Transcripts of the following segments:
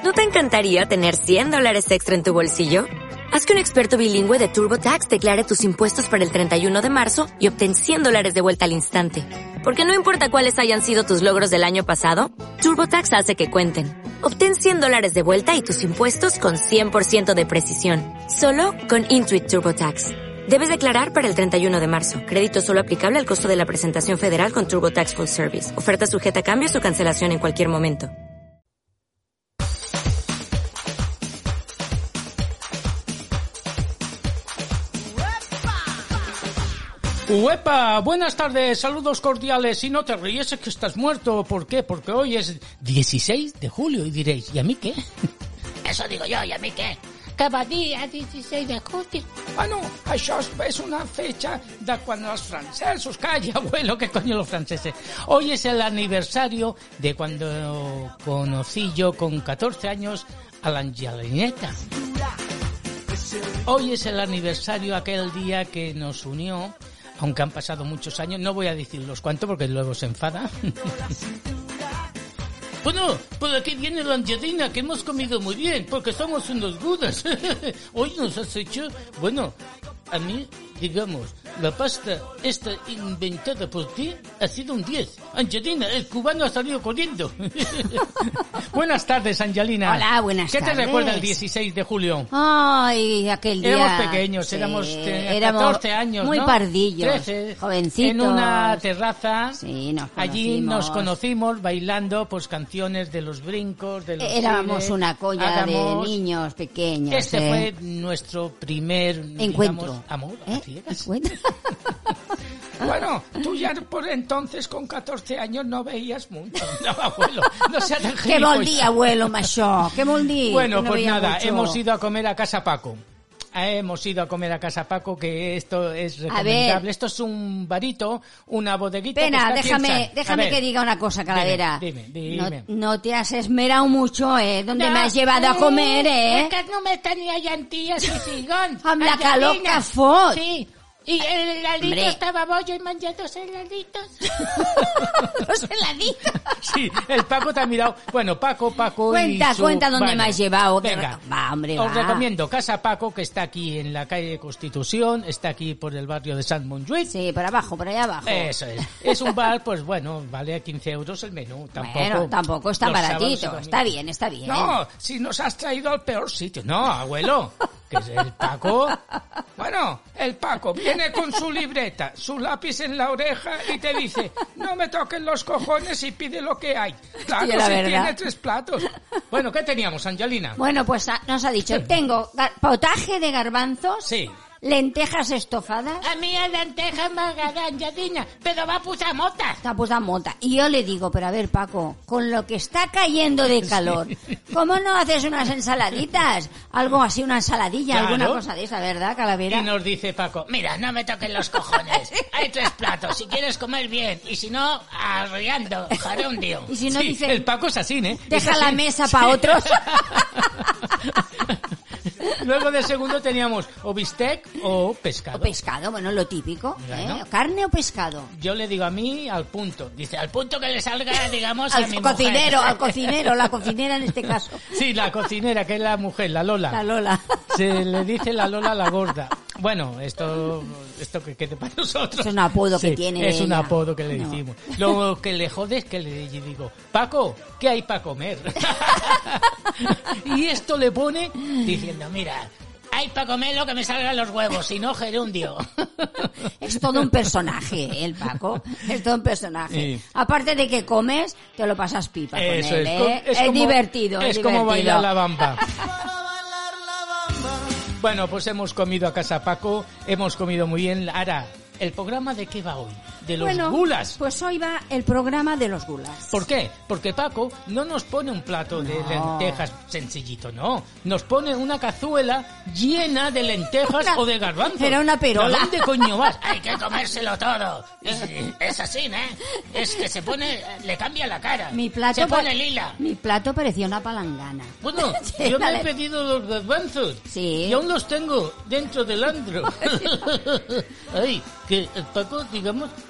¿No te encantaría tener $100 extra en tu bolsillo? Haz que un experto bilingüe de TurboTax declare tus impuestos para el 31 de marzo y obtén $100 de vuelta al instante. Porque no importa cuáles hayan sido tus logros del año pasado, TurboTax hace que cuenten. Obtén $100 de vuelta y tus impuestos con 100% de precisión. Solo con Intuit TurboTax. Debes declarar para el 31 de marzo. Crédito solo aplicable al costo de la presentación federal con TurboTax Full Service. Oferta sujeta a cambios o cancelación en cualquier momento. ¡Uepa! Buenas tardes, saludos cordiales. Y no te ríes, es que estás muerto. ¿Por qué? Porque hoy es 16 de julio y diréis, ¿y a mí qué? Eso digo yo, ¿y a mí qué? Cada día 16 de julio. Bueno, això és una fecha de cuando los franceses... Calla, abuelo, ¿qué coño los franceses? Hoy es el aniversario de cuando conocí yo con 14 años a la Angelineta. Hoy es el aniversario, aquel día que nos unió, aunque han pasado muchos años, no voy a decir los cuántos porque luego se enfada. Bueno, por aquí viene la Angelina, que hemos comido muy bien, porque somos unos gudas. Hoy nos has hecho, bueno, a mí, digamos, la pasta esta inventada por ti ha sido un 10. Angelina, el cubano ha salido corriendo. Buenas tardes, Angelina. Hola, buenas tardes. ¿Qué te recuerda el 16 de julio? Ay, aquel día. Éramos pequeños, sí, éramos 14 años, muy ¿no? pardillos, 13, jovencitos. En una terraza. Sí, allí nos conocimos bailando pues canciones de los brincos, de los Éramos chiles. una colla de niños pequeños. Este fue nuestro primer encuentro. Digamos, amor. Bueno, tú ya por entonces con 14 años no veías mucho. No, abuelo, no seas tan Que vol dir, abuelo, macho, que vol dir. Bueno, no pues nada, mucho. hemos ido a comer a casa Paco. Hemos ido a comer a casa Paco, que esto es recomendable. Esto es un barito, una bodeguita. Espera, que está déjame que diga una cosa, Calavera. Dime. No te has esmerado mucho, donde me has llevado a comer, Es que no me tenía llenties i sigons. Amb la calor que fot. Sí. Y el heladito Hombre. estaba bollo y manché 2 heladitos. Los heladitos. Sí, el Paco te ha mirado. Bueno, Paco Cuenta dónde me has llevado. Venga, va, hombre, os va. recomiendo Casa Paco, que está aquí en la calle Constitución, está aquí por el barrio de Sant Montjuïc. Sí, por abajo, por allá abajo. Eso es. Es un bar, pues bueno, vale a 15 euros el menú. Tampoco está baratito. Está bien. No, si nos has traído al peor sitio. No, abuelo, que es el Paco. Bueno, el Paco viene con su libreta, su lápiz en la oreja y te dice, no me toquen los cojones y pide lo que hay. Claro, Hostia, si tiene 3 platos. Bueno, ¿qué teníamos, Angelina? Bueno, pues nos ha dicho, tengo potaje de garbanzos. Sí. Lentejas estofadas. A mí a lentejas m'agrada, Angelina, però va posar motes. Está puesta mota. Y yo le digo, pero a ver, Paco, con lo que está cayendo de calor, ¿cómo no haces unas ensaladitas? Algo así, una ensaladilla, Claro. alguna cosa de esa, ¿verdad, Calavera? Y nos dice Paco, Mira, no me toquen los cojones. Hay 3 platos, si quieres comer bien. Y si no, arriando, gerundio. Y si no, sí, dice, el Paco es así, ¿eh? deja Es la así. mesa para otros. Luego de segundo teníamos o bistec o pescado. O pescado, bueno, lo típico. Bueno. ¿Carne o pescado? Yo le digo a mí al punto. Dice, al punto que le salga, digamos, a Al mi cocinero, mujer. al cocinero, la cocinera en este caso. Sí, la cocinera, que es la mujer, la Lola. La Lola. Se le dice la Lola a la gorda. Bueno, esto que quede para nosotros. Es un apodo que Sí, tiene es un ella. apodo que le No. decimos. Lo que le jode es que le digo, Paco, ¿qué hay para comer? Y esto le pone diciendo, mira, Hay para comer lo que me salgan los huevos, si no, gerundio. Es todo un personaje, el Paco. Es todo un personaje. Sí. Aparte de que comes, te lo pasas pipa con eso él, es. ¿eh? Es Es como, divertido. Es como bailar la bamba. Bueno, pues hemos comido a casa Paco, hemos comido muy bien. Ahora, ¿el programa de qué va hoy? De los gulas. Pues hoy va el programa de los gulas. ¿Por qué? Porque Paco no nos pone un plato de lentejas sencillito, no. Nos pone una cazuela llena de lentejas o de garbanzos. Era una perola. ¿A dónde coño vas? Hay que comérselo todo. Es así, ¿eh? Es que se pone, le cambia la cara. Mi plato se pone lila. Mi plato parecía una palangana. Bueno, Sí, yo me vale. he pedido los garbanzos. Sí. Y aún los tengo dentro del andro. Ay, que el Paco, digamos,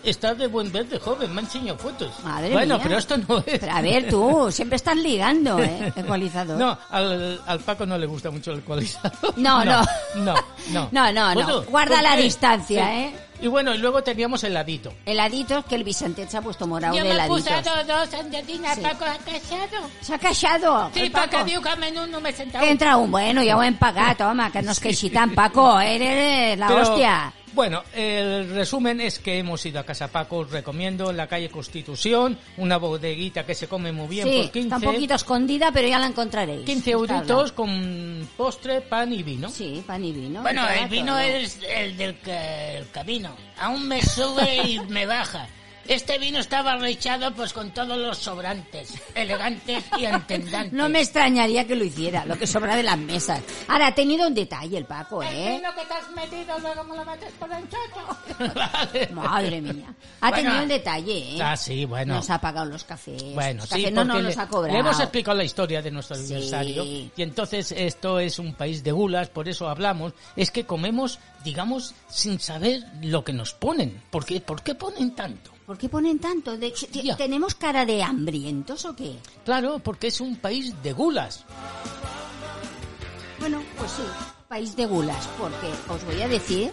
Está de buen ver de joven, me ha enseñado fotos. Madre bueno, mía. pero esto no es. Pero a ver, tú, siempre estás ligando, ecualizador. No, al Paco no le gusta mucho el ecualizador. No. No. No. Guarda la distancia, Sí. Y bueno, y luego teníamos heladito. Heladitos, que el Vicente se ha puesto morado Yo de me he heladitos. posado dos Angelina, Sí. Paco ha callado. Se ha callado. Sí, el Paco. perquè diu que a menú només senta un. Entra un, bueno, ya ho hem pagat, home, que no es queixi tant, Paco, eres la Pero, hostia. Bueno, el resumen es que hemos ido a Casa Paco, os recomiendo, en la calle Constitución, una bodeguita que se come muy bien Sí, por 15. está un poquito escondida, pero ya la encontraréis. 15 Está euritos con postre, pan y vino. Sí, pan y vino. Bueno, está el vino todo. es el del el camino. Aún me sube y me baja. Este vino estaba rechado pues con todos los sobrantes, elegantes y entendantes. No me extrañaría que lo hiciera, lo que sobra de las mesas. Ahora, ha tenido un detalle el Paco, El ¿eh? vino que te has metido luego me lo metes por el chocho. Vale. Madre mía. Ha Bueno. tenido un detalle, ¿eh? Ah, sí, bueno. Nos ha pagado los cafés. Bueno, Los sí, cafés porque no nos ha cobrado. le hemos explicado la historia de nuestro Sí. aniversario y entonces esto es un país de gulas, por eso hablamos, es que comemos, digamos, sin saber lo que nos ponen. ¿Por qué ponen tanto? ¿Por qué ponen tanto? Ya. ¿Tenemos cara de hambrientos o qué? Claro, porque es un país de gulas. Bueno, pues sí, país de gulas, porque os voy a decir...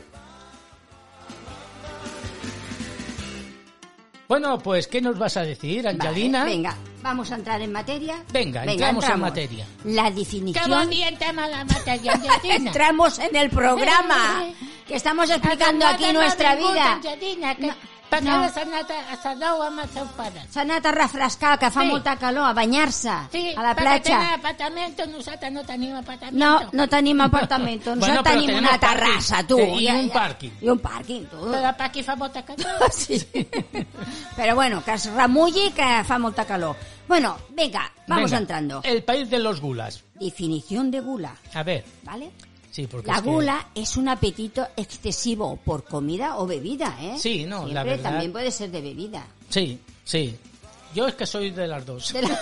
Bueno, pues, ¿qué nos vas a decir, Angelina? Vale, venga, vamos a entrar en materia. Venga, entramos en materia. La ¡Qué definición... bonita tema la materia, Angelina! Entramos en el programa, que estamos explicando aquí nuestra vida. Angelina, que No, perquè no. s'ha anat a Salou amb el seu pare. S'ha anat a refrescar, que fa Sí. molta calor, a banyar-se Sí, a la perquè tenen platja. apartamento, nosaltres no tenim apartamento. No tenim apartamento, Bueno, nosaltres però tenim tenemos una parking. terrassa, tu. Sí, i un parking. I un parking, tu. Però per aquí fa molta calor. Sí. Pero bueno, que es remulli, que fa molta calor. Bueno, venga, vamos Venga, entrando. El país de los gulas. Definición de gula, A ver, ¿vale? sí, porque La es que- gula es un apetito excesivo por comida o bebida, ¿eh? Sí, no, la Siempre verdad- también puede ser de bebida. Sí. Yo es que soy de las dos. De la-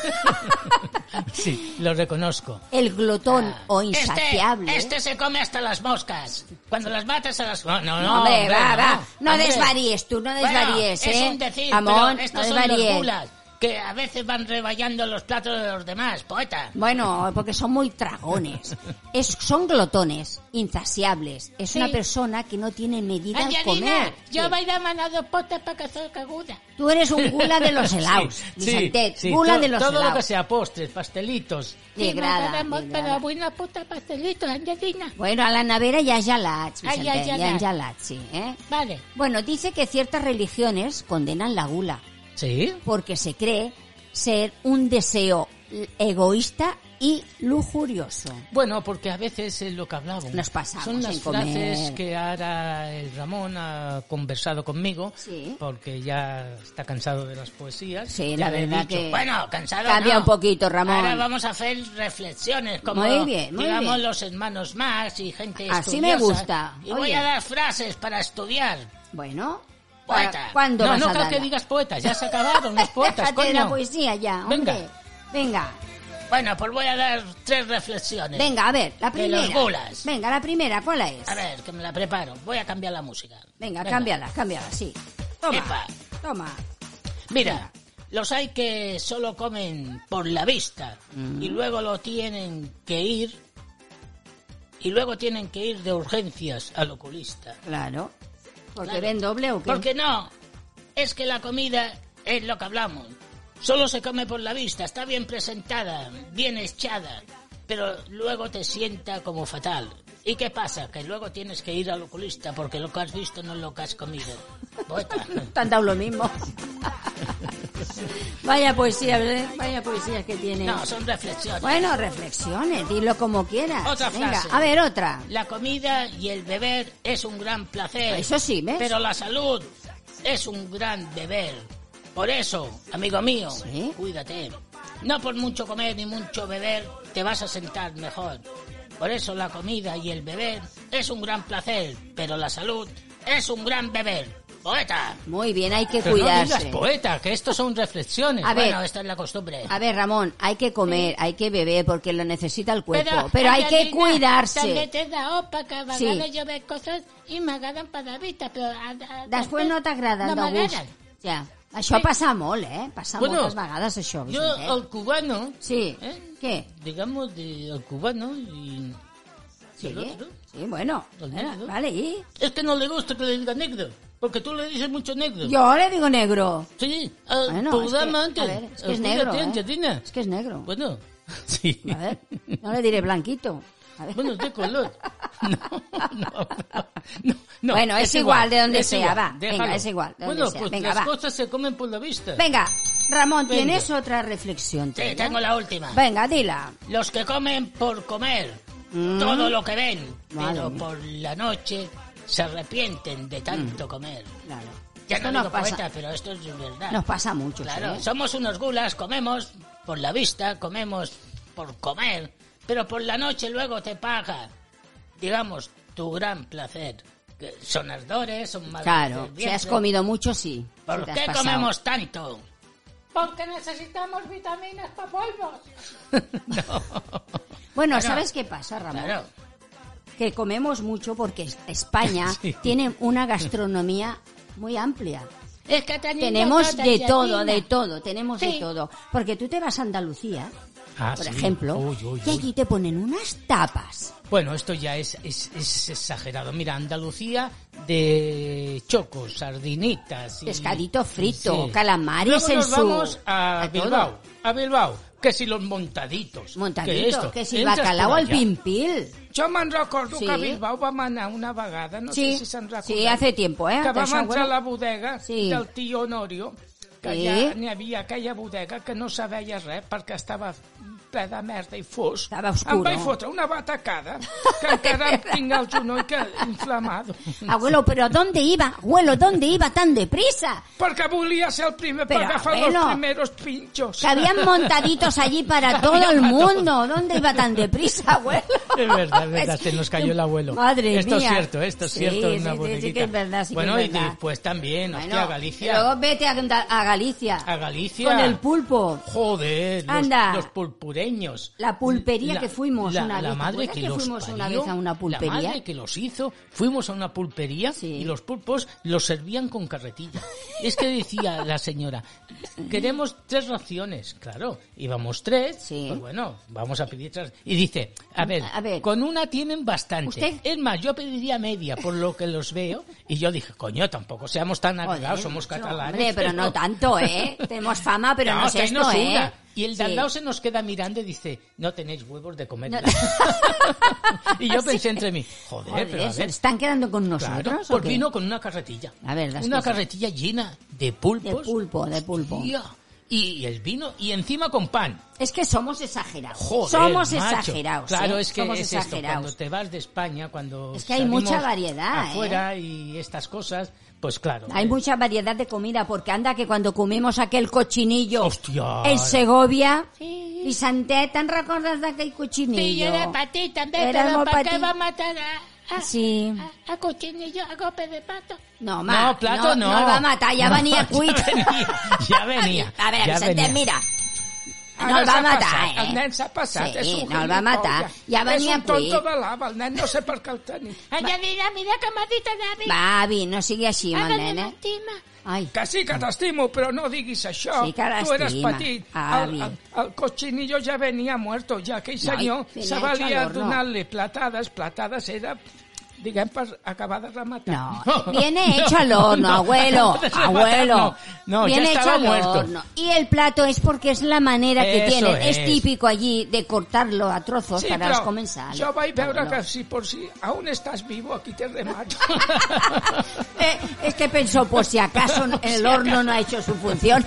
Sí, lo reconozco. El glotón o insaciable. Este se come hasta las moscas. Cuando las matas se las... No, Hombre, va. No Hombre. desvaríes tú, no desvaríes, Bueno, ¿eh? es un decir, Amón, pero estos no son los desvaríes. gulas, que a veces van rebayando los platos de los demás, poeta. Bueno, porque son muy tragones. Son glotones, insaciables. Es Sí. una persona que no tiene medida al Angelina, comer. yo Sí. vaig demanar dos potes perquè soy caguda. Tú eres un gula de los helados, Sí, Vicentet. sí, Gula to- de los todo lo que helados. sea postres, pastelitos. Li agrada, li Però agrada. avui no puta pastelitos, Angelina. Bueno, a la nevera ya gelats, Ah, Vicentet, ya ya en gelats. gelats, sí, ¿eh? Vale. Bueno, dice que ciertas religiones condenan la gula Sí. porque se cree ser un deseo egoísta y lujurioso. Bueno, porque a veces es lo que hablábamos. Nos pasamos Son las en comer. frases que ahora el Ramón ha conversado conmigo, Sí. porque ya está cansado de las poesías. Sí, Ya la le he verdad dicho. que... Bueno, cansado Cambia no. un poquito, Ramón. Ahora vamos a hacer reflexiones, como Muy bien, muy digamos bien. los hermanos más y gente Así estudiosa. me gusta. Y voy Oye. a dar frases para estudiar. Bueno, Poeta. ¿cuándo No, vas no a creo darla? que digas poetas, ya se acabaron los poetas, Déjate de la coño. poesía ya, Venga. hombre. Venga, Bueno, pues voy a dar 3 reflexiones. venga, a ver, la De los primera. gulas. Venga, la primera, ¿cuál es? A ver, que me la preparo. Voy a cambiar la música. Venga, cámbiala, sí. Toma, Epa. toma. Mira, los hay que solo comen por la vista Mm. y luego lo tienen que ir de urgencias al oculista. Claro. ¿Porque Claro. ven doble o qué? Porque no, es que la comida es lo que hablamos. Solo se come por la vista, está bien presentada, bien echada, pero luego te sienta como fatal. ¿Y qué pasa? Que luego tienes que ir al oculista porque lo que has visto no es lo que has comido. Poeta. Te han dado lo mismo. Vaya poesía, ¿verdad? Vaya poesía que tiene. No, son reflexiones. Bueno, reflexiones, dilo como quieras. Otra Venga, frase. a ver, otra. La comida y el beber es un gran placer. Eso sí, ¿ves? Pero la salud es un gran deber. Por eso, amigo mío, ¿Sí? cuídate. No por mucho comer ni mucho beber te vas a sentar mejor. Por eso la comida y el beber es un gran placer, pero la salud es un gran beber. Poeta. Muy bien, hay que Pero no cuidarse. digas poeta, que estos son reflexiones. A ver. Bueno, esta es la costumbre. A ver, Ramón, hay que comer, hay que beber porque lo necesita el cuerpo, Pero, pero hay que Angelina, també cuidarse. t'he d'opa, que a Sí. vegades jo veig coses i m'agraden per la vida, però... Després no t'agrada no el de gust. m'agraden. Ja. Això passa molt, Passa Bueno, moltes vegades, això, Yo, Vicente. al cubano, Sí. ¿Qué? digamos, al cubano y Sí, el otro, sí, bueno. El Bueno, negro. vale, ¿y? es que no le gusta que le diga negro, porque tú le dices mucho negro. Yo le digo negro. Sí, al Bueno, programa es que, antes. a ver, es que es Fíjate, negro, Angelina. Es que es negro. Bueno, sí. A ver, no le diré blanquito. A ver. Bueno, de color. No, Bueno, es igual de donde es sea, igual, va. déjalo. Venga, es igual de donde Bueno, sea. pues Venga, las va. cosas se comen por la vista. Venga, Ramón, Venga. ¿tienes otra reflexión? Sí, tuya? tengo la última. Venga, dila. Los que comen por comer Mm. todo lo que ven, Madre pero mía. por la noche se arrepienten de tanto comer. Claro. Ya Esto no nos digo pasa, poeta, pero esto es verdad. nos pasa mucho, Claro, ¿sí? somos unos gulas, comemos por la vista, comemos por comer, pero por la noche luego te paga, digamos, tu gran placer. Que son ardores, son mal Claro, del si has vientre. comido mucho, sí. ¿Por Sí te has qué pasado. comemos tanto? Porque necesitamos vitaminas para polvos. Bueno, Bueno, ¿sabes qué pasa, Ramón? Claro. Que comemos mucho porque España Sí. tiene una gastronomía muy amplia. Es que Tenemos de todo, tenemos de Sí. todo. Porque tú te vas a Andalucía, Ah, por sí. ejemplo, Uy, uy, y uy. allí te ponen unas tapas. Bueno, esto ya es exagerado. Mira, Andalucía de chocos, sardinitas... Y, Pescadito frito, sí. calamares Luego en nos su... vamos a todo. Bilbao. A Bilbao. Que si los montaditos. Montadito, que si el entras bacalao por al allá. pimpil. Jo me'n recordo Sí. que a Bilbao vam anar una vegada, no Sí, sé si se'n recorda. sí, hace tiempo, Que vam D'això, entrar a bueno. la bodega Sí. del tio Honorio, que Sí. ja n'hi havia aquella bodega que no se veia res perquè estava ple de merda i fos. Estava oscuro. Em vaig fotre una batacada que encara em tinc el genoll inflamado. Abuelo, ¿pero dónde iba? Abuelo, ¿dónde iba tan deprisa? Perquè volia ser el primer per Pero, agafar abuelo, los primeros pinchos. Que habían montaditos allí para todo el mundo. ¿Dónde iba tan deprisa, abuelo? Es verdad, se nos cayó el abuelo. Madre esto mía. Esto es Sí, cierto, sí, una sí, bodeguita. sí que es verdad, sí que bueno, es y verdad. después también, Bueno, hostia, y Galicia. luego vete a Galicia. A Galicia. Con el pulpo. Joder, Anda. los pulpureños. La pulpería que fuimos una vez. La ¿Te madre acuerdas que que los fuimos una parió? vez a una pulpería? La madre que los hizo, fuimos a una pulpería Sí. y los pulpos los servían con carretilla. Es que decía la señora, queremos 3 raciones. Claro, íbamos 3, Sí. pues bueno, vamos a pedir 3. Y dice, a ver, con una tienen bastante. ¿Usted? Es más, yo pediría media por lo que los veo. Y yo dije, coño, tampoco seamos tan Joder, arreglados, somos macho, catalanes. Hombre, pero no tanto, ¿eh? Tenemos fama, pero no es que ahí esto, nos ¿eh? suda. Y el de al Sí. lado se nos queda mirando y dice, no tenéis huevos de comer. No. Y yo pensé entre mí, joder, pero a ¿se ver. están quedando con Claro, nosotros o pues qué? vino con una carretilla. La verdad es Una que sí. carretilla llena de pulpos. De pulpo. Tía, y el vino, y encima con pan. Es que somos exagerados. Joder, somos macho. exagerados. Claro, ¿eh? es que somos es esto, exagerados. cuando te vas de España, cuando Es que hay salimos mucha variedad, ¿eh? afuera y estas cosas, pues claro. Hay mucha variedad de comida, porque anda que cuando comimos aquel cochinillo Hòstia. en Segovia, Sí. y Santet, ¿te'n recordes d'aquell cochinillo? Sí, era petit també, Era però molt per què petit. va matar Sí. a cochinillo a golpe de pato? No, home, No, plato no. No el va matar, ja venia cuit. Ja venia. A veure, ja Vicente, venia. mira. No Ara el va s'ha matar, passat, eh? El nen s'ha passat, Sí, és un no el va matar. gilipolles. Ja venia És un tonto cuit. de lava, el nen no sé per què el tenia. Angelina, mira que m'ha dit l'avi. Va, avi, no sigui així amb Ara el no nen, eh? m'estima. Ai, Que sí que t'estimo, però no diguis això. Sí que Tu eres l'estima, petit. avi. El cochinillo ja venia muerto, ja aquell Ai, senyor tenia se valia hecho al horno. donar-li platades era, diguem, per acabar de rematar. no, viene hecho al horno, abuelo, de rematar, abuelo. no, ya viene hecho estaba al muerto. horno. Y el plato es porque es la manera que Eso tienen. Es es. típico allí de cortarlo a trozos Sí, para però los comensales. jo vaig veure Abuelo. que si por si aún estás vivo, aquí te remato. Es que pensó, por si acaso el horno no ha hecho su función.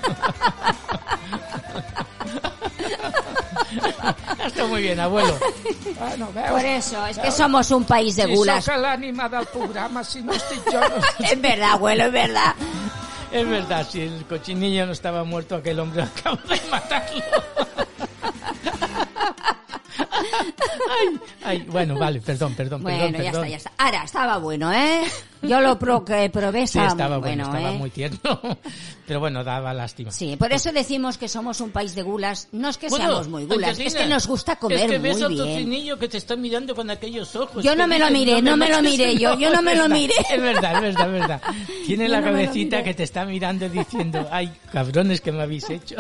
Está muy bien, abuelo. Bueno, veus? Por eso, es que somos un país de gulas. Si sóc l'ànima del programa, si no estic jo... No... Es verdad, abuelo, es verdad. Es verdad, si el cochinillo no estaba muerto, aquel hombre acaba de matarlo. Ay, Ay, bueno, vale, perdón. Bueno, ya está. Ahora, estaba bueno, ¿eh? Yo lo probé, estaba muy bueno, estaba muy tierno. Pero bueno, daba lástima. Sí, por eso decimos que somos un país de gulas. No es que seamos muy gulas, es que nos gusta comer muy bien. Es que ves a otro niño que te está mirando con aquellos ojos. Yo no me lo miré, yo no me lo miré. Es verdad. Tiene la cabecita que te está mirando diciendo, ay, cabrones, que me habéis hecho.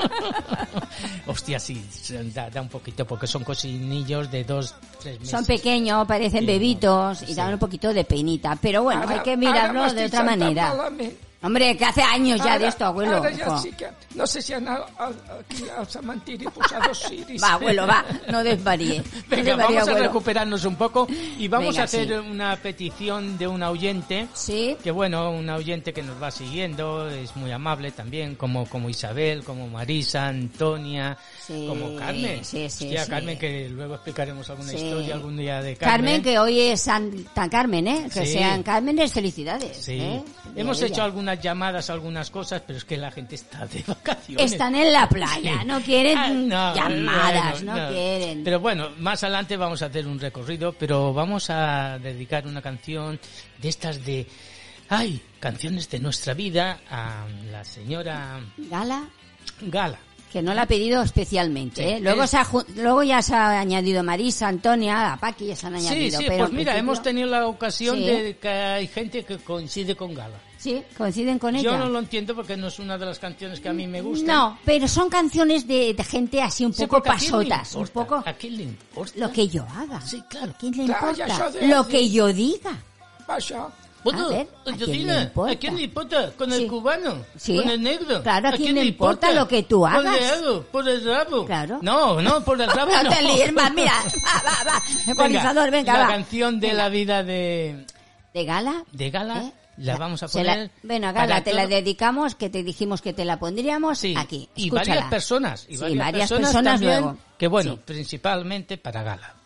Hostia, sí, da un poquito, porque son cocinillos de 2-3 meses. Son pequeños, parecen bebitos y dan un poquito de penita. Pero bueno, hay que mirarlo de otra manera. Hombre, que hace años ya de esto, abuelo. Sí que, no sé si han aquí al cementerio posado Siris. Va, abuelo, va, no desvaríe. Venga, vamos a recuperarnos un poco y vamos a hacer una petición de una oyente. Sí. Que bueno, una oyente que nos va siguiendo, es muy amable también, como Isabel, como Marisa, Antonia, como Carmen. Sí. Carmen, que luego explicaremos alguna historia algún día de Carmen. Carmen, que hoy es Santa Carmen, ¿eh? Que sean Cármenes, felicidades. Sí. ¿eh? Hemos hecho algunas llamadas, algunas cosas, pero es que la gente está de vacaciones. Están en la playa, no quieren llamadas, no quieren. Pero bueno, más adelante vamos a hacer un recorrido, pero vamos a dedicar una canción de estas de... ¡Ay! Canciones de nuestra vida a la señora... Gala. Que no la ha pedido especialmente, ¿eh? Luego ya se ha añadido Marisa, Antonia, a Paqui ya se han añadido. Sí, pero pues mira, hemos tenido la ocasión de que hay gente que coincide con Gala. Sí, coinciden con ella. Yo no lo entiendo porque no es una de las canciones que a mí me gustan. No, pero son canciones de gente así un poco pasotas. Un poco... ¿A quién le importa? Lo que yo haga. Sí, claro. ¿A quién le importa? Lo que yo diga. Vaya. Bueno, ¿a quién le importa? ¿A quién le importa? ¿Con el cubano? Sí. ¿Con el negro? Claro, ¿a quién le importa lo que tú hagas? ¿Por el dedo? ¿Por el rabo? Claro. No, por el rabo no. No te líes más, mira. Va. Ecualizador, venga, la canción de la vida de... ¿De Gala? De Gala, la vamos a poner... Bueno, Gala, te la dedicamos, que te dijimos que te la pondríamos aquí. Y escúchala. varias personas. Y varias personas también, luego. Que bueno, principalmente para Gala.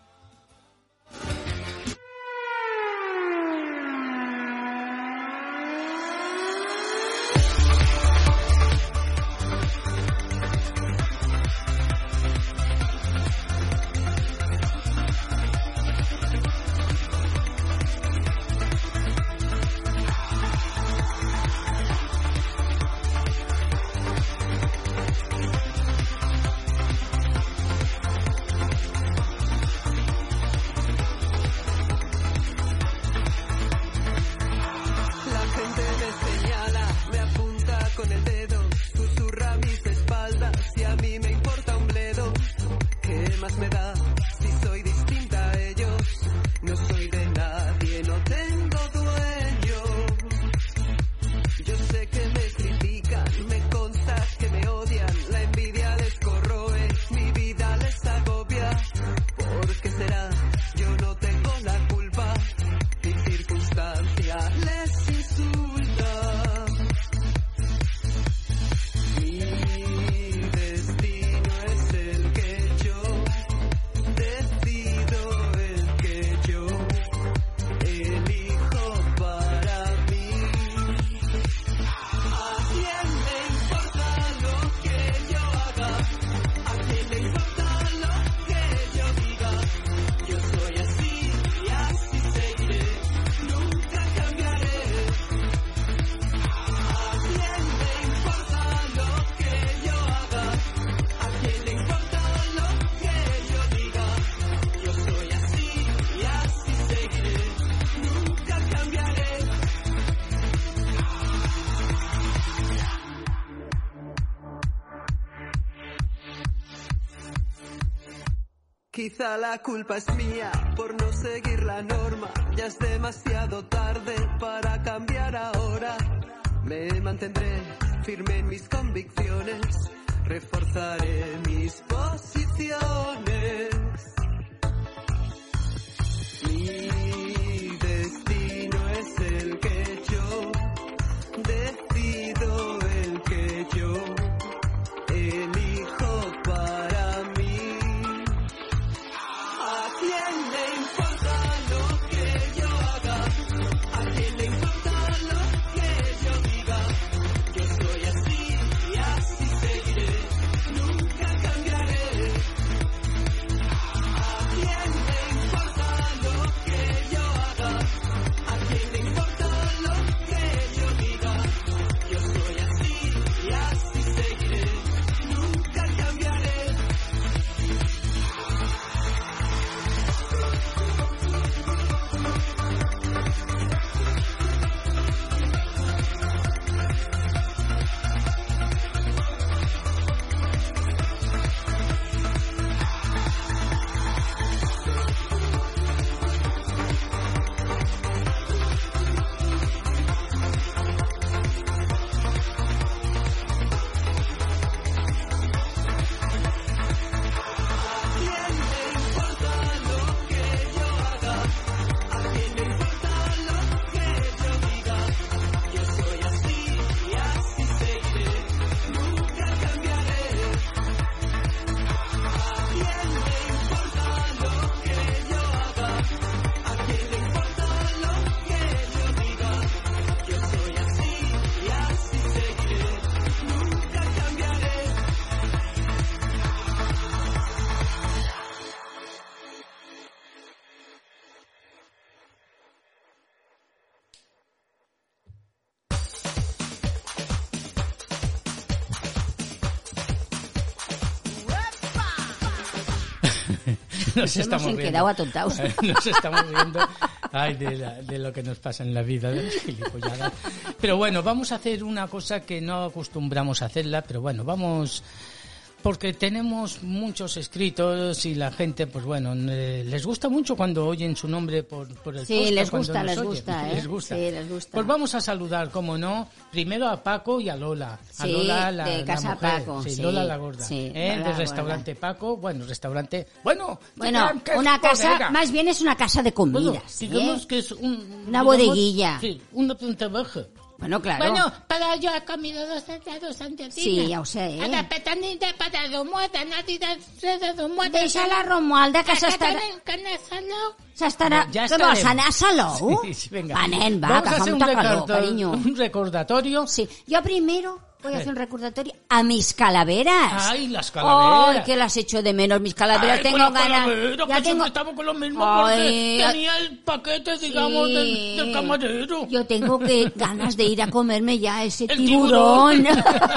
Quizá la culpa es mía por no seguir la norma. Ya es demasiado tarde para cambiar ahora. Me mantendré firme en mis convicciones. Reforzaré mis posiciones. Mi destino es el que yo decido, el que yo elijo para mí. ¿A quién le importa lo que yo haga? ¿A quién le importa lo que yo diga? Yo soy así y así seguiré, nunca cambiaré. Nos estamos riendo. quedado atontados. Nos estamos riendo de lo que nos pasa en la vida, de las gilipolladas. Pero bueno, vamos a hacer una cosa que no acostumbramos a hacerla, pero bueno, vamos... Porque tenemos muchos escritos y la gente, pues bueno, les gusta mucho cuando oyen su nombre por el Sí, les gusta, les gusta, ¿eh? Les gusta. Sí, les gusta. Pues vamos a saludar, como no, primero a Paco y a Lola. Sí, a Lola, de Casa la mujer. Paco. Sí, Sí, Lola la gorda. sí, Del Lola la restaurante gorda. Paco. Bueno, restaurante... Bueno, Una casa, bodega. más bien es una casa de bueno, comidas, digamos ¿eh? que es Una bodeguilla. Sí, una planta baja. Bueno, claro. Bueno, pero yo he comido dos angelines. Sí, ja ho sé, A la petanita para Romualda, nadie de Romualda. Deixa la Romualda, que s'estarà... S'estarà... Ya Què vols, estaremos. anar a Salou? Sí, venga. Va, nen, va, Vamos que a fa hacer molta calor, cariño. un recordatorio. Sí, yo primero voy a hacer un recordatorio a mis calaveras. Ay, las calaveras. Ay, que las echo de menos, mis calaveras. Ay, tengo con la ganas. calavera, Ya que tengo... siempre estamos con lo mismo, Ay, porque tenía el paquete, digamos, Sí. del camarero. Yo tengo ganas de ir a comerme ya ese El tiburón.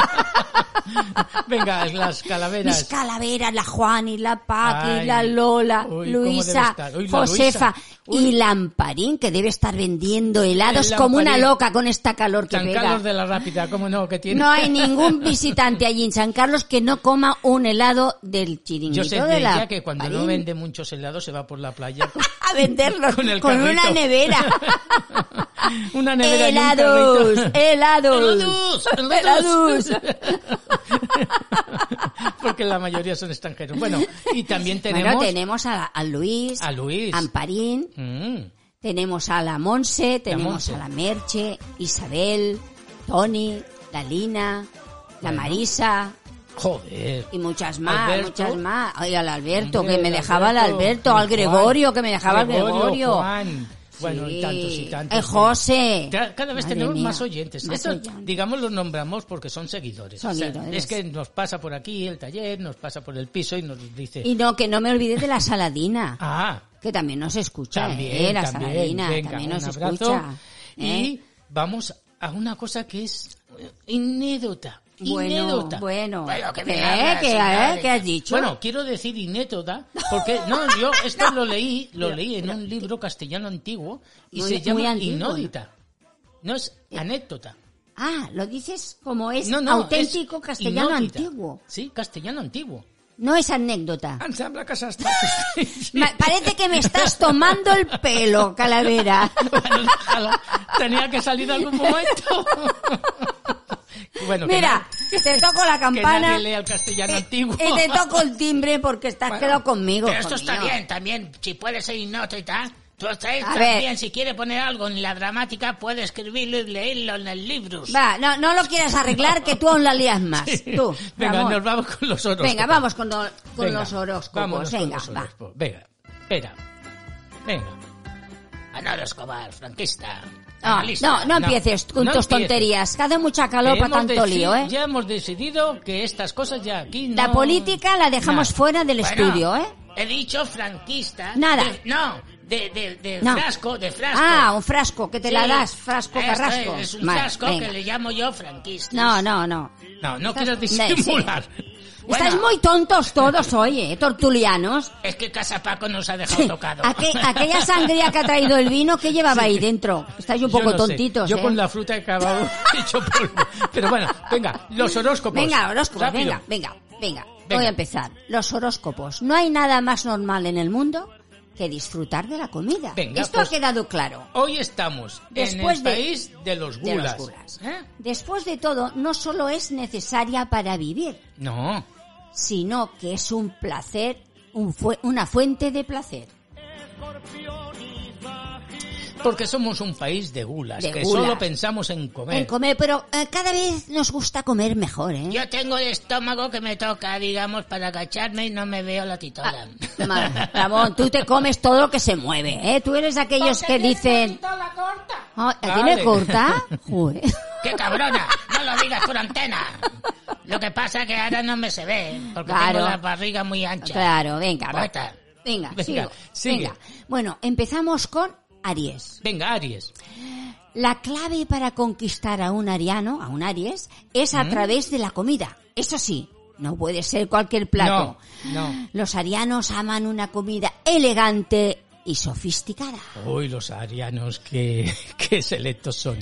Venga, las calaveras. Mis calaveras, la Juan y la Paqui, Ay, la Lola, uy, ¿cómo debe Luisa, estar? Uy, la Josefa Luisa. Uy. y Lamparín, que debe estar vendiendo helados El como una Lamparín. loca con esta calor que San pega. Carlos de la Rápida, ¿cómo no? Que tiene. No hay ningún visitante allí en San Carlos que no coma un helado del chiringuito Yo sé de de la ella que cuando no Parín. vende muchos helados se va por la playa A venderlos con el con una carrito. nevera. Una nevera helados, y un carrito. helados, ¡Helados! helados. Porque la mayoría son extranjeros. Bueno, y también tenemos... Bueno, tenemos a Luis, A Luis. Amparín, tenemos a la Monse, tenemos Monse. a la Merche, Isabel, Tony, la Lina, la Marisa Joder. y muchas más, Alberto. muchas más. Ay, al Alberto, Hombre, que me el dejaba al Alberto, Alberto, al Juan, Gregorio, que me dejaba al Gregorio. Juan. Bueno, y tantos y tantos. José. Cada vez Madre tenemos mía, más oyentes. más Estos, oyentes. digamos, los nombramos porque son seguidores. O sea, Seguidores. es que nos pasa por aquí el taller, nos pasa por el piso y nos dice... Y no, que no me olvides de la Saladina, Ah, que también nos escucha, también, la también. Saladina, Venga, también nos un abrazo. escucha. Y vamos a una cosa que es inédita. Bueno, Inédita. bueno. Bueno, que ¿Qué? me hablas, ¿Qué has dicho? Bueno, quiero decir inédota, porque no, yo esto lo leí en un libro castellano antiguo y Muy- se llama muy antiguo, inódita. No es anécdota. Ah, lo dices como es No, auténtico es castellano inódita. antiguo. Sí, castellano antiguo. No es anécdota. Em sembla que s'està... Parece que me estás tomando el pelo, Calavera. Bueno, déjalo. Tenía que salir algún momento. Bueno, Mira, te toco la que campana nadie lea el castellano antiguo. y te toco el timbre porque estás quedado conmigo. Pero esto hijo está mío. bien también, si puede ser inótita. Tú estás A ver. también, si quiere poner algo en la dramática, puede escribirlo y leerlo en el libro. Va, no lo quieras arreglar, que tú aún la lías más. Tú, Venga, Ramón. nos vamos con los horóscopos. Venga, vamos con Venga, los horóscopos. vámonos con Venga, los va. horóscopos. Venga, espera. Venga. Manolo Escobar, franquista. No, analista. no empieces con no tus empieces. tonterías. Que hace mucha calor para tanto lío, ¿eh? Ya hemos decidido que estas cosas ya aquí no... La política la dejamos Nada. fuera del Bueno, estudio, ¿eh? He dicho franquista. Nada. De No. frasco, de frasco. Ah, un frasco, que te la Sí. das, frasco Esto carrasco. Es un Vale, frasco venga. que le llamo yo franquista. No. No quieras disimular. Bueno. Estáis muy tontos todos hoy, tortulianos. Es que Casa Paco nos ha dejado tocado. Aquella sangría que ha traído el vino, ¿qué llevaba ahí dentro? Estáis un Yo poco no sé. tontitos, Yo ¿eh? con la fruta he acabado hecho polvo. Pero bueno, venga, los horóscopos. Venga, horóscopos, Rápido. venga. Voy a empezar. Los horóscopos. No hay nada más normal en el mundo que disfrutar de la comida. Venga, Esto pues, ha quedado claro. Hoy estamos Después en de- el país de los De gulas. los gulas. ¿Eh? Después de todo, no solo es necesaria para vivir, No. sino que es un placer, una fuente de placer. Porque somos un país de gulas, De que gulas. solo pensamos en comer. En comer, pero cada vez nos gusta comer mejor, ¿eh? Yo tengo el estómago que me toca, digamos, para agacharme y no me veo la titola. Ramón, tú te comes todo lo que se mueve, ¿eh? Tú eres aquellos que dicen... Oh, ¿la tiene Vale. corta? Joder. ¡Qué cabrona! No lo digas por antena. Lo que pasa es que ahora no me se ve, porque Claro. tengo la barriga muy ancha. Claro, venga, va. Poeta. Venga, Venga, sigo. sigue. Venga. Bueno, empezamos con Aries. Venga, Aries. La clave para conquistar a un ariano, a un Aries, es a través de la comida. Eso sí, No puede ser cualquier plato. No. Los arianos aman una comida elegante y sofisticada. Uy, los arianos, qué selectos son.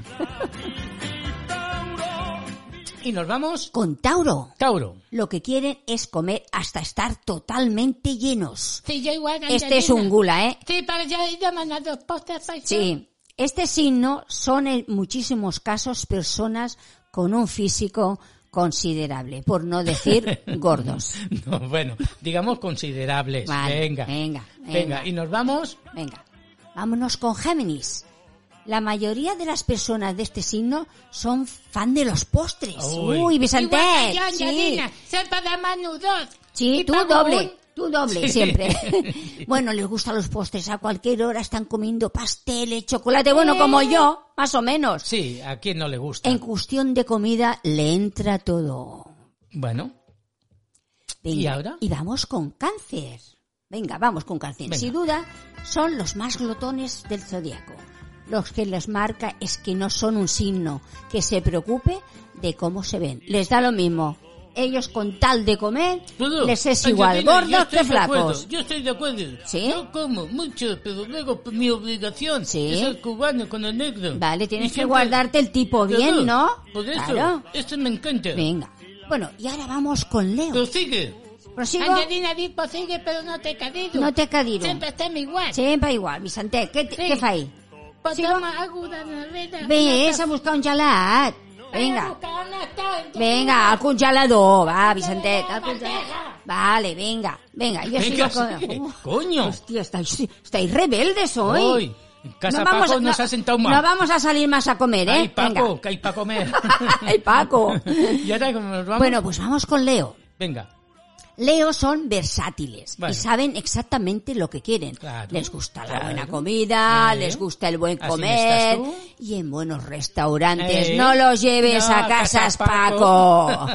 Y nos vamos Con Tauro. Tauro. Lo que quieren es comer hasta estar totalmente llenos. Sí, yo igual, Este es un gula, ¿eh? Sí, pero yo he mandado dos postres para Sí. Este signo son en muchísimos casos personas con un físico considerable, por no decir gordos. No, bueno, digamos considerables. Vale, Venga. Y nos vamos. Venga, vámonos con Géminis. La mayoría de las personas de este signo son fan de los postres. Uy. Uy, Vicente. Igual que yo, Sí, Angelina, sepa de menudos. sí, Y tú pago doble, Sí. siempre. Bueno, les gustan los postres, a cualquier hora están comiendo pasteles, chocolate, bueno, como yo, más o menos. Sí, ¿a quién no le gusta? En cuestión de comida le entra todo. Bueno, Venga, ¿y ahora? Y vamos con Cáncer. Venga, vamos con Cáncer. Venga. Sin duda, son los más glotones del zodiaco. Los que les marca es que no son un signo que se preocupe de cómo se ven. Les da lo mismo. Ellos con tal de comer, Todo. les es Angelina, igual yo gordos estoy que de acuerdo, flacos. Yo estoy de acuerdo. ¿Sí? Yo como mucho, pero luego mi obligación Sí. es ser cubano con el negro. Vale, tienes Y que siempre- guardarte el tipo bien, Claro, ¿no? Por eso, Claro. esto me encanta. Venga. Bueno, y ahora vamos con Leo. Pero sigue. ¿Prosigo? Angelina, di sigue, pero no te cadiro. No te cadiro. Sempre estem igual. Sempre igual, Vicente. Què fa ahí? Posa'm alguna de nevera. Ves a buscar un gelat. Venga. On està? Venga, al congelador. Va, Vicentet, al congelador. Vale, venga. Venga, yo Venga, sigo sigue. con... Coño. Hostia, estáis rebeldes hoy. Hoy, en casa Paco nos ha sentado mal. No vamos a salir más a comer, ¿eh? Ay, Paco, Venga. que hay para comer. Ay, Paco. Y ahora como nos vamos. Bueno, pues vamos con Leo. Venga. Leo son versátiles Vale. y saben exactamente lo que quieren. Claro, Les gusta la claro. buena comida, ¿Eh? les gusta el buen Así comer estás tú. y en buenos restaurantes. ¿Eh? No los lleves No, a casas Paco. Paco.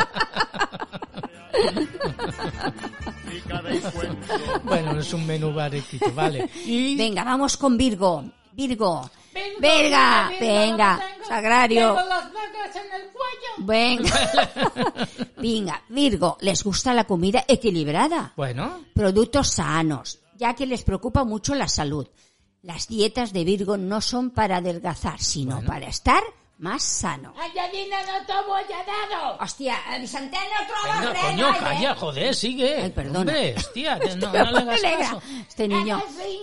Bueno, es un menú baretito, vale. Y Venga, vamos con Virgo. Virgo. Venga, Sagrario. Tengo las bragas en el cuello. Venga. Venga, Virgo, les gusta la comida equilibrada. bueno, Productos sanos, ya que les preocupa mucho la salud. Las dietas de Virgo no son para adelgazar, sino para estar más sano. Angelina, no tomo llenado. Hostia, Vicente, no trobes venga, res, coño, noi, calla, joder, sigue. Ay, perdona. Hombre, hostia, no le hagas caso. Este niño.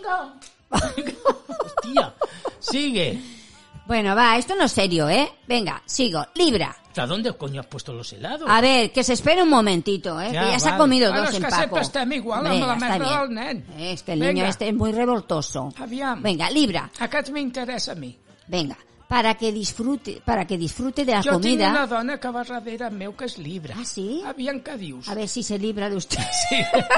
Hostia, sigue. Bueno, va, esto no es serio, ¿eh? Venga, sigo. Libra. ¿A dónde coño has puesto los helados? A ver, que se espere un momentito, ¿eh? Ya, que ya se ha vale. comido Bueno, dos és en que Paco. sempre estem igual Hombre, amb la está merda bien. del nen. Es que el Venga. niño este es muy revoltoso. Aviam. Venga, Libra. Aquest m'interessa a mi. Venga, para que disfrute de la Jo comida. tinc una dona que va darrere meu que és Libra. Ah, sí? Aviam què dius. A ver si se libra de usted. Sí.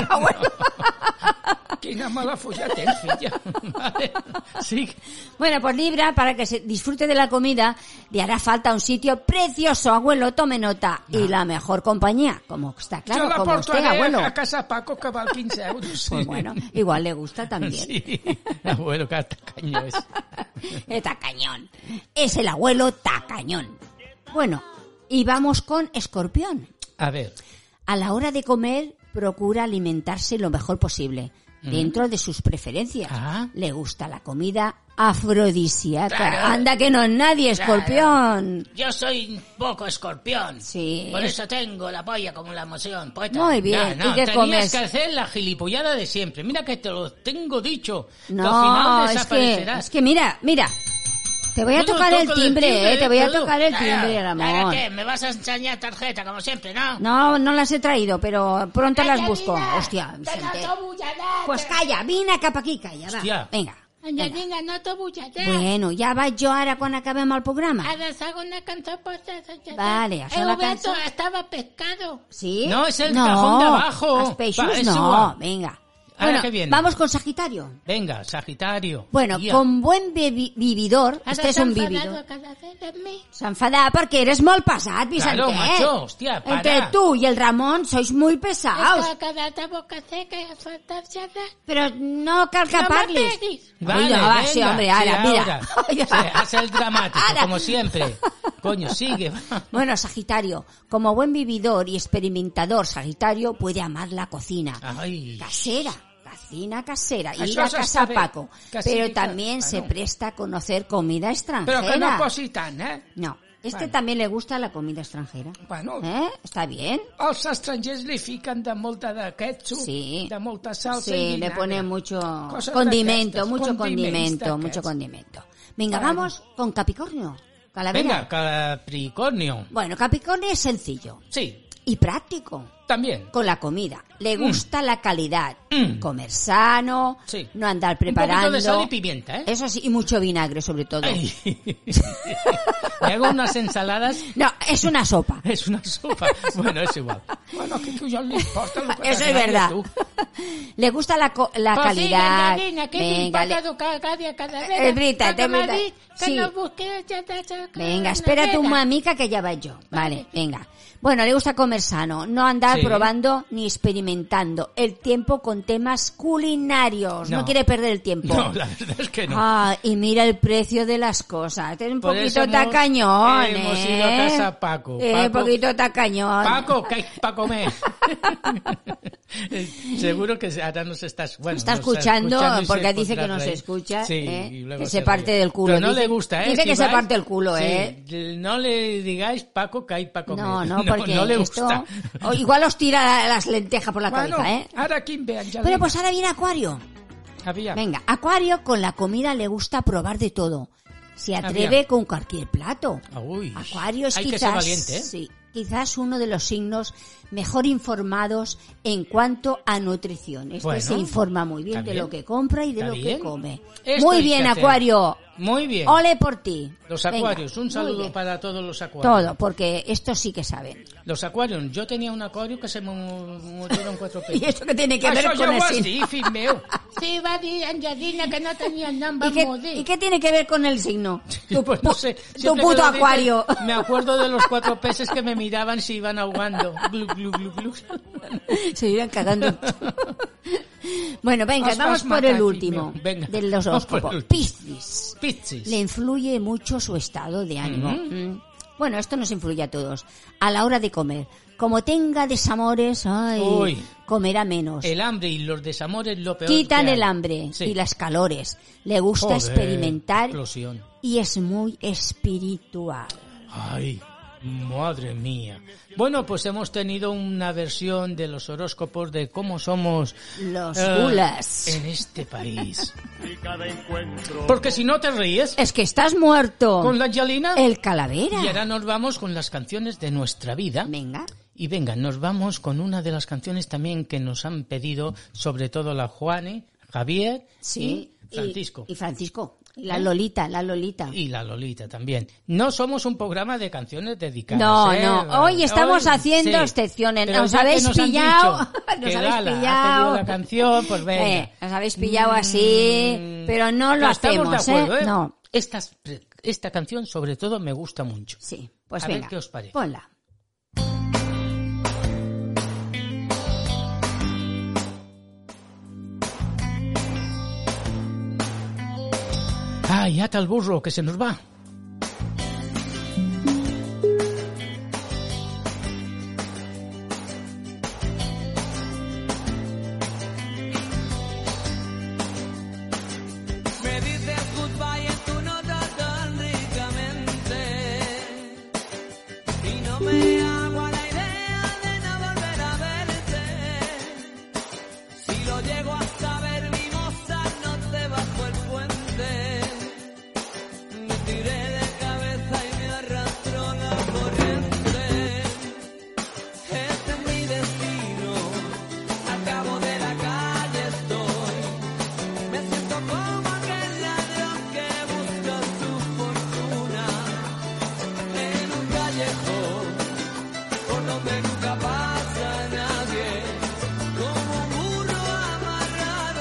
Quina mala fulla tens, filla. Vale, sigue. Bueno, pues Libra, para que se disfrute de la comida, le hará falta un sitio precioso, abuelo, tome nota. Y la mejor compañía, como está claro, jo la como usted, portaré abuelo. a casa Paco que val 15 euros. Pues bueno, igual le gusta también. Sí. Abuelo, que tacaño es. Tacañón. Es el abuelo tacañón. Bueno, y vamos con Escorpión. A ver, A la hora de comer, procura alimentarse lo mejor posible, dentro de sus preferencias. Ah. Le gusta la comida afrodisíaca. Claro. Anda que no es nadie, Escorpión. Yo soy un poco escorpión. Sí. Por eso tengo la polla como la emoción, poeta. Muy bien. no, ¿Y qué tenías comes? que hacer la gilipollada de siempre. Mira que te lo tengo dicho. que al No, final es desaparecerás. que mira. Te voy a Yo no tocar el toco el timbre, timbre, te voy a todo. tocar el Claro, timbre, ¿ahora Ramón. qué? ¿Me vas a enseñar tarjeta como siempre, no? No las he traído, pero pronto las busco. Angelina, Hostia, que Vicente. no tomo llenado. Pues calla, vine cap aquí, calla, va. Hòstia. Venga. Angelina, no tomo llenado. Bueno, ja vaig jo ara quan acabem el programa. Ara hago una canción por Angelina. Vale, haz una canción. Estaba pescado. ¿Sí? No, es el cajón de abajo. Los peixos Va, eso no, va. venga. Ahora, Bueno, ¿qué viene? vamos con Sagitario. Venga, Sagitario. Bueno, Tía. con buen vividor, este és un vividor. S'enfadarà perquè eres molt pesat, Vicentet. Claro, macho, hostia, para. Entre tú y el Ramón sois muy pesados. Quedate boca seca y faltarse Pero no cal que No me parlis. peguis. Vale, Oiga, va, venga, sí, hombre, ara, sí, mira. ahora. Oiga. Sí, haz el dramático, Ara. como siempre. Coño, sigue. Bueno, Sagitario, como buen vividor y experimentador, Sagitario puede amar la cocina. Ay. Casera. Cocina casera, ir Això a se casa sabe, Paco, que pero sigui también que- se bueno. presta a conocer comida extranjera. Però que no posi tant, No, Bueno. también le gusta la comida extranjera. Bueno, ¿Está bien? els estrangers li fiquen de molta de ketchup, Sí. de molta salsa Sí, i le vinagre. pone mucho Coses condimento, d'aquestes, mucho condiments condimento, mucho d'aquests. condimento. Venga, Bueno. vamos con Capricornio. Calavera. Venga, Capricornio. Bueno, Capricornio es sencillo Sí, y práctico también. con la comida. Le gusta la calidad. Mm. Comer sano, Sí. no andar Un preparando. poquito de sal y pimienta, ¿eh? Eso sí, y mucho vinagre sobre todo. Ay. Me hago unas ensaladas. No, es una sopa. Es una sopa. Bueno, es igual. Bueno, que ja li importa el que Eso es Vaya verdad. tú. Le gusta la calidad. Venga, cada día, cada vez. Brita, sí. Venga, espérate un mamica que ya va yo. Vale, venga. Bueno, le gusta comer sano, no andar Sí. probando ni experimentando el tiempo con temas culinarios. No, No. quiere perder el tiempo. No, la verdad es que no. Ah, y mira el precio de las cosas. Es un Por eso poquito tacañón, hemos ido a casa Paco. Un Paco- poquito tacañón. Paco, ¿qué hay para comer? Seguro que ahora nos estás... Bueno, Está nos escuchando y se porque dice que pondrá no se reír. escucha, Sí, ¿eh? y luego Que se ríe. parte del culo. Pero no Dice- le gusta, ¿eh? dice que se Estivali. parte el culo, Sí, ¿eh? No le digáis, Paco, que hay para comer. No, porque no le esto... gusta. o igual os tira las lentejas por la Bueno, cabeza, ¿eh? ara quin ve, Angelina? Bueno, pues ahora viene Acuario. Aviam. Venga, Acuario con la comida le gusta probar de todo. Se atreve Aviam. con cualquier plato. Uy, Acuario es hay que quizás, ser valiente, ¿eh? sí, quizás uno de los signos mejor informados en cuanto a nutrición. Este Bueno, se informa muy bien está de bien. lo que compra y de Está lo que bien. come. Esto Muy hay bien, que hacer. Acuario. Muy bien. Ole por ti. Los Venga, acuarios, un muy saludo bien. para todos los acuarios. Todo, porque estos sí que saben. Los acuarios, yo tenía un acuario que se me murieron 4 ¿Y peces. eso qué tiene que ver Això con ja el ho has signo? dit, fill meu. Sí, va dir Angelina que no tenia nom, va ¿Y qué tiene que ver con el signo? Tu, Pues no sé, tu siempre que puto lo dices, Acuario. Me acuerdo de los 4 peces que me miraban si iban ahogando. Glu, glu, glu, glu. Se iban cagando. Bueno, venga, Os vamos vas por el matar, último Jimmy. Venga, de los vamos por el horóscopos. último. Piscis. Pizzis. Le influye mucho su estado de ánimo. Bueno, esto nos influye a todos. A la hora de comer. Como tenga desamores, ay, Uy. comerá menos. El hambre y los desamores lo peor Quitan que hay. el hambre Sí. y las calores. Le gusta Joder, experimentar explosión. y es muy espiritual. Ay, madre mía. Bueno, pues hemos tenido una versión de los horóscopos de cómo somos Los gulas. en este país. Porque si no te ríes Es que estás muerto. con la Angelina. El calavera. Y ahora nos vamos con las canciones de nuestra vida. Venga. Y venga, nos vamos con una de las canciones también que nos han pedido, sobre todo la Juane, Javier Sí. y Francisco. Y Francisco. La Lolita, la Lolita. Y la Lolita también. No somos un programa de canciones dedicadas. No, ¿eh? no. Hoy estamos haciendo excepciones. Pero Nos ya que habéis nos han pillado. dicho Nos que habéis Gala ha pillado. pedido la canción, pues venga. Nos habéis pillado así, pero no lo Estamos hacemos, de acuerdo, ¿eh? No. Esta canción, sobre todo, me gusta mucho. Sí, pues A ver venga. qué os parece. Ponla. ¡Ay, ata el burro, que se nos va! Me dices goodbye en tu nota tan ricamente y no me hago a la idea de no volver a verte. Si lo llego a saber, mi moza, no te bajo el puente. Me tiré de cabeza y me arrastró la corriente. Este es mi destino, al cabo de la calle estoy. Me siento como aquel ladrón que busca su fortuna en un callejón por donde nunca pasa nadie, como un burro amarrado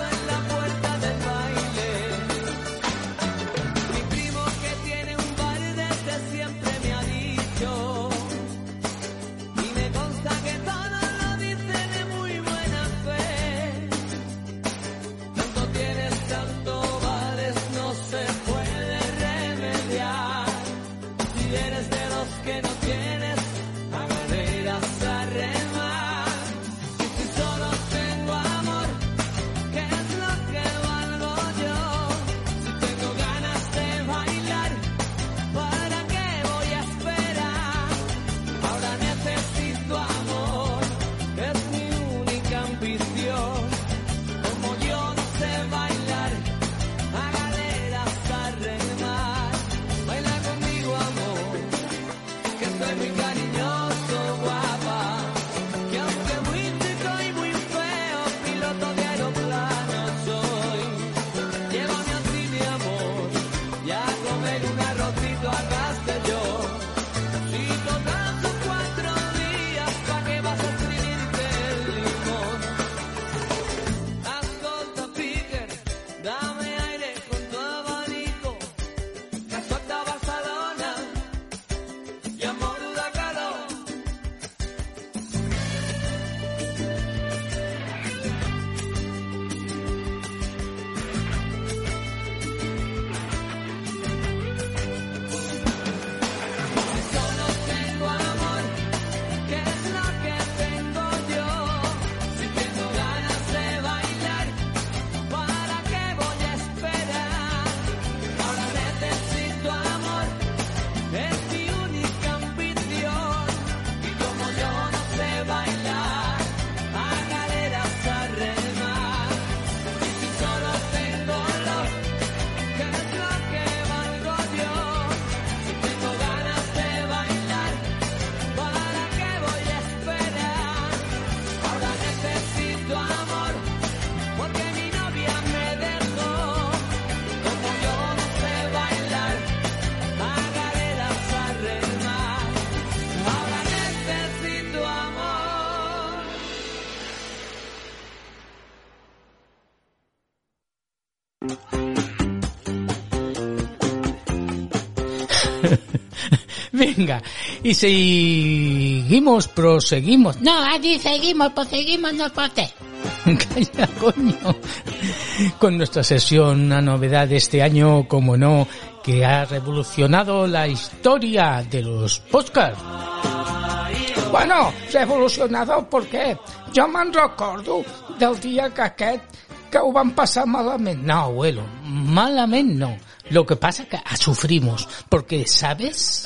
Venga, y proseguimos. No, allí seguimos, no importa. Calla, coño. Con nuestra sesión, una novedad de este año, como no, que ha revolucionado la historia de los podcasts. Bueno, revolucionado perquè jo me'n recordo del dia que ho van passar malament. No, abuelo, malamente no. Lo que pasa es que sufrimos, porque, ¿sabes?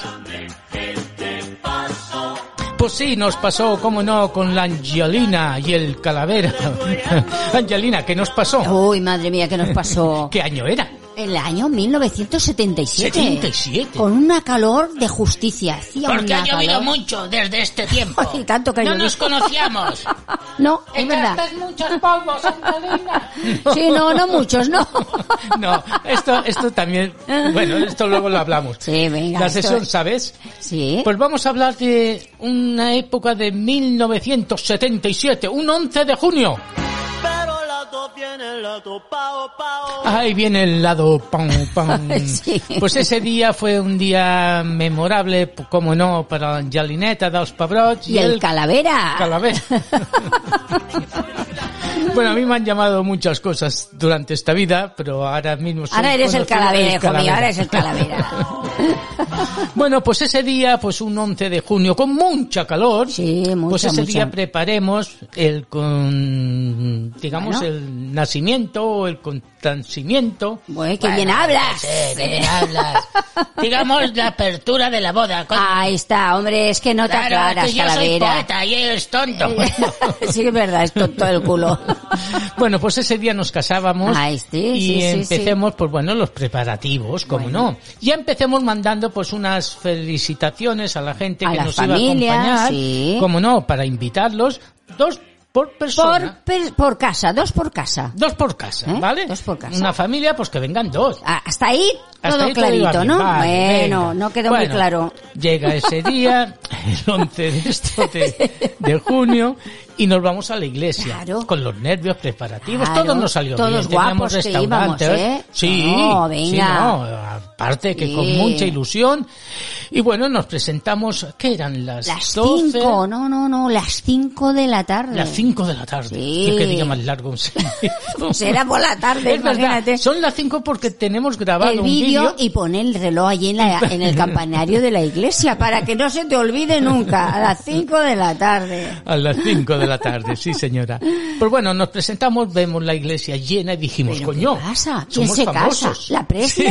Pues sí, nos pasó, como no, con la Angelina y el Calavera. Angelina, ¿qué nos pasó? Uy, madre mía, ¿qué nos pasó? ¿Qué año era? El año 1977. 77. Con una calor de justicia. Hacía Porque una ha llovido calor. mucho desde este tiempo. Ay, tanto que ha no llovido. nos conocíamos. No, es verdad. muchos polvos, Angelina. Sí, no muchos, no. No, esto también, bueno, esto luego lo hablamos. Sí, venga. La esto- sesión, ¿sabes? Sí. Pues vamos a hablar de una época de 1977, un 11 de junio. Pero el lado viene el lado pao pao. Ahí viene el lado pam, pam. Sí. Pues ese día fue un día memorable, como no, para la Angelineta dels Pebrots Y el Calavera. Calavera. Bueno, a mí me han llamado muchas cosas durante esta vida, pero ahora mismo soy Ahora eres el conocido Calavera, hijo mío, Calavera. ahora eres el Calavera. Bueno, pues ese día, pues un 11 de junio, con mucha calor, Sí, mucha, pues ese mucha. día preparemos digamos, Bueno. el nacimiento o el contancimiento. Bueno, qué bien hablas. Qué bien hablas. Digamos la apertura de la boda. coño. Ahí está, hombre, es que no te Claro, aclaras, que yo soy Calavera. poeta y eres tonto. Sí, es verdad, es tonto el culo. Bueno, pues ese día nos casábamos Ay, sí, y sí, sí, empecemos, pues bueno, los preparativos, como no. Ya empecemos mandando pues unas felicitaciones a la gente A que la nos familia, iba a acompañar, sí. como no, para invitarlos, 2 por persona. Por casa, 2 por casa. 2 por casa, ¿Eh? ¿vale? 2 por casa. Una familia, pues que vengan 2. Hasta ahí Hasta todo ahí todo iba clarito, bien. ¿no? Vale, Bueno, venga. no quedó muy Bueno, claro. Llega ese día, el 11 de junio, y nos vamos a la iglesia. Claro. Con los nervios preparativos, Claro, todo nos salió todos bien. Teníamos guapos que íbamos, restaurantes. ¿eh? Sí, No, sí, venga. no, aparte que con Sí. mucha ilusión. Y bueno, nos presentamos, ¿qué eran? Las 12. 5, no, las 5 de la tarde. Las 5 de la tarde. Sí. Qué día más largo. Será por la tarde, Es verdad, imagínate. son las 5 porque tenemos grabado El un vídeo y pone el reloj allí en el campanario de la iglesia para que no se te olvide nunca, a las 5 de la tarde. A las 5 de la tarde, sí señora. Pues bueno, nos presentamos, vemos la iglesia llena y dijimos, ¿Pero coño, qué pasa? ¿Quién somos se famosos. casa? ¿La Presley?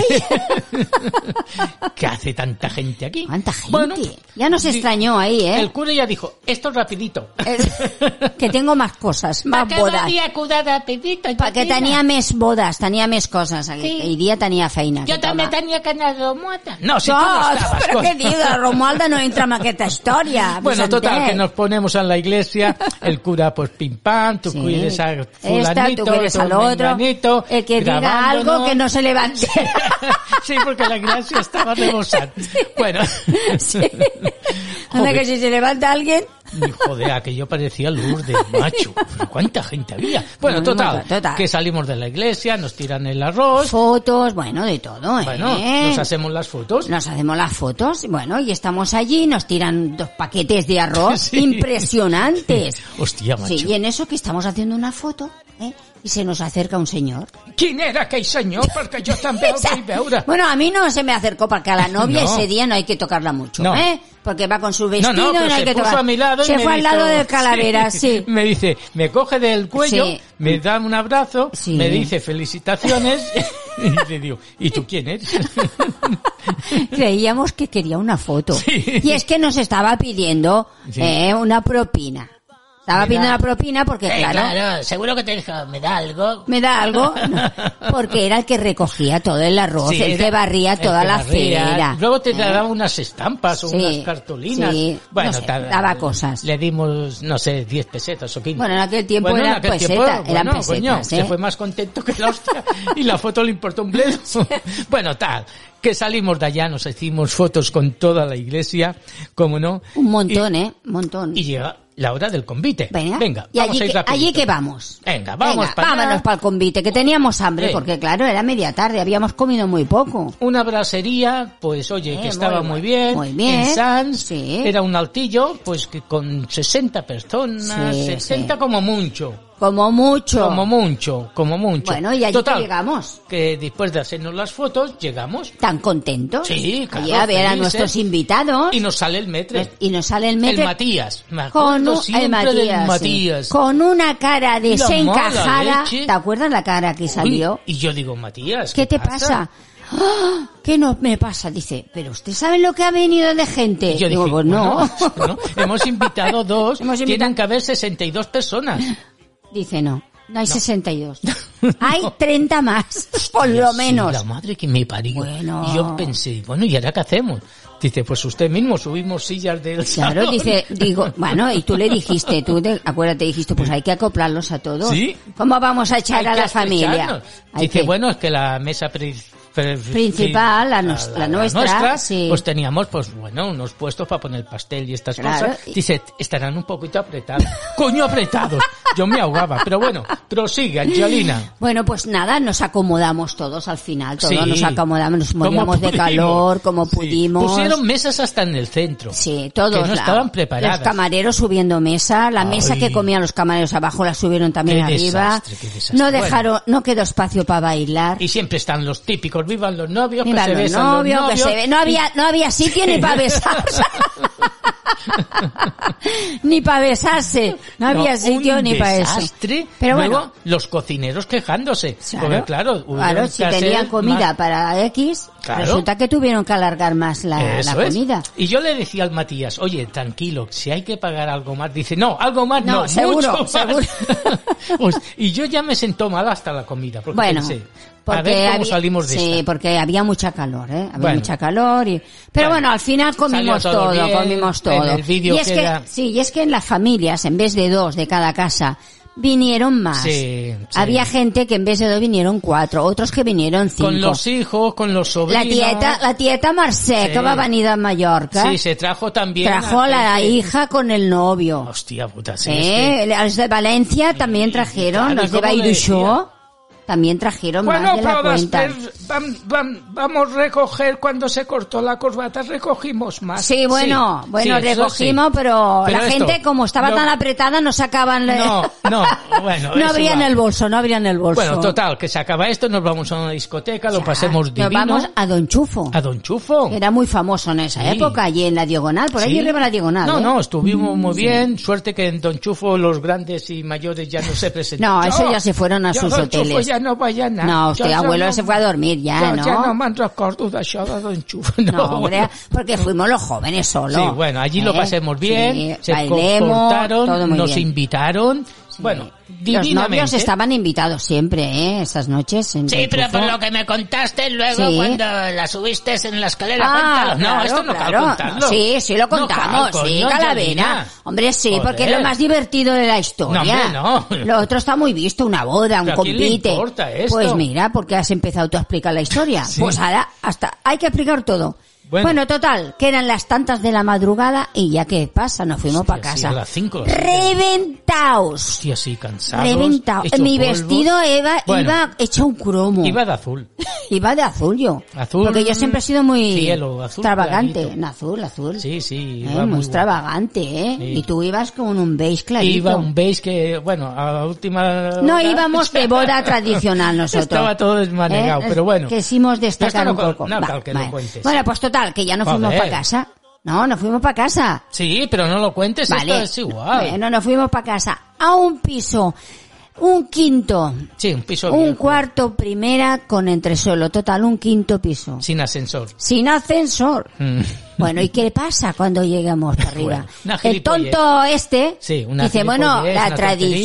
¿Qué hace tanta gente aquí? ¿Cuánta gente? Bueno, Ya nos extrañó ahí, ¿eh? el cura ya dijo, esto es rapidito. Que tengo más cosas, más ¿Para qué bodas. volia acudar rapidito? Perquè tenia més bodes, tenia més coses. Aquell dia tenia feina. Jo aquest també home. tenia que anar a Romualda. No, si tú no estabas. Però coño. què diu? La Romualda no entra en aquesta història. Bueno, Vicentet. total, que nos ponemos en la iglesia, el cura pues pim pam, tú Sí. cuides a Esta, fulanito, tú quieres al tú otro. menganito, El que diga grabándonos. algo que no se levante. Sí, porque la iglesia estaba rebosando. Bueno. Sí. Anda que si se levanta alguien... Y, joder, aquello parecía Lourdes, macho. Pero ¿cuánta gente había? Bueno, total, que salimos de la iglesia, nos tiran el arroz. Fotos, bueno, de todo, ¿eh? Bueno, nos hacemos las fotos. Nos hacemos las fotos, bueno, y estamos allí, nos tiran 2 paquetes de arroz Sí. impresionantes. Hostia, macho. Sí, y en eso que estamos haciendo una foto, ¿eh? Y se nos acerca un señor. Quin era aquell senyor? Perquè jo també el vull veure. Bueno, a mí no se me acercó porque a la novia No. ese día no hay que tocarla mucho, No. ¿eh? Porque va con su vestido No, pero y no hay se que puso tocar. a mi lado y Se me fue al dijo- lado del Calavera, sí. Me dice, me coge del cuello, Sí. me da un abrazo, Sí. me dice felicitaciones y le digo, ¿y tú quién eres? Creíamos que quería una foto. Sí. Y es que nos estaba pidiendo Sí. una propina. Estaba pidiendo una propina porque, claro, Claro, seguro que te dijo, me da algo. me da algo, no, porque era el que recogía todo el arroz, Sí, el era que barría el toda que la barría. acera. Luego te daba unas estampas o Sí, unas cartulinas. sí, Bueno, no sé, daba cosas. Le dimos, no sé, 10 pesetas o 15. Bueno, en aquel tiempo Bueno, en eran aquel pesetas, tiempo, eran bueno, pesetas, coño, ¿eh? se fue más contento que la hostia y la foto le importó un bledo. Bueno, tal, que salimos de allá, nos hicimos fotos con toda la iglesia, como no. Un montón, un montón. Y llega, la hora del convite. Venga, y vamos a ir rapidito. allí que vamos. Venga, vámonos para el convite, que teníamos hambre, Sí. porque claro, era media tarde, habíamos comido muy poco. Una brasería, pues oye, que estaba muy bien. Muy bien. En Sans, Sí. era un altillo, pues que con 60 personas, Sí, 60 sí. como mucho. Como mucho. Como mucho. Bueno, y allí Total, que llegamos. que después de hacernos las fotos, llegamos. Tan contentos. Sí, claro, Allí a ver a felices. nuestros invitados. Y nos sale el metre. Y nos sale el metre. El Matías. Me Con acuerdo el siempre del Matías, Matías. sí. Con una cara La desencajada. mala leche. ¿Te acuerdas la cara que salió? Uy, y yo digo, Matías, ¿Qué te pasa? ¡Ah! ¿Qué no me pasa? Dice, pero usted sabe lo que ha venido de gente. Y yo Digo, dije, pues no. bueno, hemos invitado 2, Hemos invitado- tienen que haber 62 personas. Dice, no hay 62. Hay 30 más, por lo Sí, menos. la madre que me parió. Bueno. Y yo pensé, bueno, ¿y ahora qué hacemos? Dice, pues usted mismo subimos sillas del Claro, salón. digo, bueno, y tú le dijiste, acuérdate, dijiste, pues hay que acoplarlos a todos. Sí. ¿Cómo vamos a echar Hay a que la familia? estrecharnos. Hay Dice, que- bueno, es que la mesa Principal, la nuestra, sí. pues teníamos, pues bueno, unos puestos para poner pastel y estas Claro. cosas. Dice, estarán un poquito apretados. ¡Coño, apretados! Yo me ahogaba, pero bueno, prosigue, Angelina. Bueno, pues nada, nos acomodamos todos al final, todos Sí. nos acomodamos, nos Como moríamos de pudimos. calor, como Sí. pudimos. Pusieron mesas hasta en el centro. Sí, todos. Que no estaban preparadas. Los camareros subiendo mesa, la mesa Ay. que comían los camareros abajo la subieron también Qué arriba. desastre, qué desastre. No dejaron, no quedó espacio para bailar. Y siempre están los típicos, vivan los novios, Viva que se los besan novios, los que novios. se ve- no había sitio ni para besarse. Ni para besarse. No había sitio un ni para eso. desastre. Pero Luego, bueno. los cocineros quejándose. Porque claro, Claro, si tenían comida para X, Claro. resulta que tuvieron que alargar más la Eso es. comida. Y yo le decía al Matías, oye, tranquilo, si hay que pagar algo más, dice, no, algo más No, no, seguro, mucho más. seguro. Pues, y yo ya me sentó mal hasta la comida, porque Bueno, pensé, a porque ver cómo había- salimos de sí, esta. porque había mucha calor, Había Bueno. mucha calor pero Bueno, bueno, al final comimos salió todo todo, bien, comimos todo. en el vídeo y es que, queda- sí, y es que en las familias, en vez de 2 de cada casa, vinieron más. Sí, sí. Había gente que en vez de 2 vinieron 4, otros que vinieron 5. Con los hijos, con los sobrinos. La tieta Mercè, Sí. que va a venir a Mallorca, Sí, se trajo también. trajo a la gente. hija con el novio. Hostia puta, sí, es que- Los de Valencia también trajeron, claro, los de ¿cómo le Bairusó también trajeron Bueno, más de la pero cuenta. después vamos a recoger, cuando se cortó la corbata, recogimos más. Sí, bueno, Sí, bueno, sí, eso recogimos, sí. pero Pero la esto, gente como estaba no- tan apretada no sacaban... No, bueno. no eso abrían va. el bolso, no abrían el bolso. Bueno, total, que se acaba esto, nos vamos a una discoteca, lo Ya, pasemos divino. Nos vamos a Don Chufo. A Don Chufo. Era muy famoso en esa Sí. época, allí en la Diagonal, por ahí Sí. arriba en la Diagonal. No, ¿eh? no, estuvimos muy bien. Suerte que en Don Chufo los grandes y mayores ya no se presentaron. No, eso ya se fueron a Jo, sus Don Xufo, hoteles. ja no vaig anar. No, usted, Jo abuelo, no- se fue a dormir ya, jo ¿no? ja no me'n recordo d'això de Don Xufo. No, hombre, bueno. porque fuimos los jóvenes solo. Sí, bueno, allí lo pasemos bien, Sí, se bailemos, comportaron, todo muy nos bien. invitaron. Bueno, Los divinamente. novios estaban invitados siempre, esas noches. En Sí, Don pero por Chufo. lo que me contaste luego Sí. cuando la subiste en la escalera, Ah, cuéntalo. No, esto no cal contarlo. Sí, sí lo No cal, contamos, sí, coño, Calavera. Angelina. Hombre, sí, Joder. porque es lo más divertido de la historia. No, hombre, no. Lo otro está muy visto, una boda, un ¿Pero a quién le convite. importa esto? Pues mira, porque has empezado tú a explicar la historia. Sí. Pues ahora hasta hay que explicar todo. Bueno. Bueno, total, que eran las tantas de la madrugada y ya qué pasa, nos fuimos Hostia, para sí, casa. a las 5. Reventaos. Hostia, sí, cansados. Reventaos. hecho Mi polvo. vestido Bueno, iba hecho un cromo. Iba de azul. Iba de azul yo. Azul, Porque yo siempre he sido muy cielo, azul extravagante. clarito. En azul, azul. Sí, sí, iba Muy muy extravagante, Sí. Y tú ibas con un beige clarito. Iba un beige que, bueno, a la última... No hora- íbamos de boda tradicional nosotros. Estaba todo desmanegado, pero bueno. Quisimos destacar Pero un esto no- poco. no, Va, cal que lo vale. cuentes. Bueno, pues total, que ya nos fuimos Joder. para casa. No, nos fuimos para casa. Sí, pero no lo cuentes, Vale. esto es igual. Bueno, nos fuimos para casa. A un piso. Un quinto. Sí, un piso Un viejo, cuarto primera con entresuelo. Total, un quinto piso. sin ascensor. Sin ascensor. Mm. Bueno, ¿y qué pasa cuando llegamos para arriba? Bueno, una El gilipollez. tonto este Sí, una dice, bueno, gilipollez, la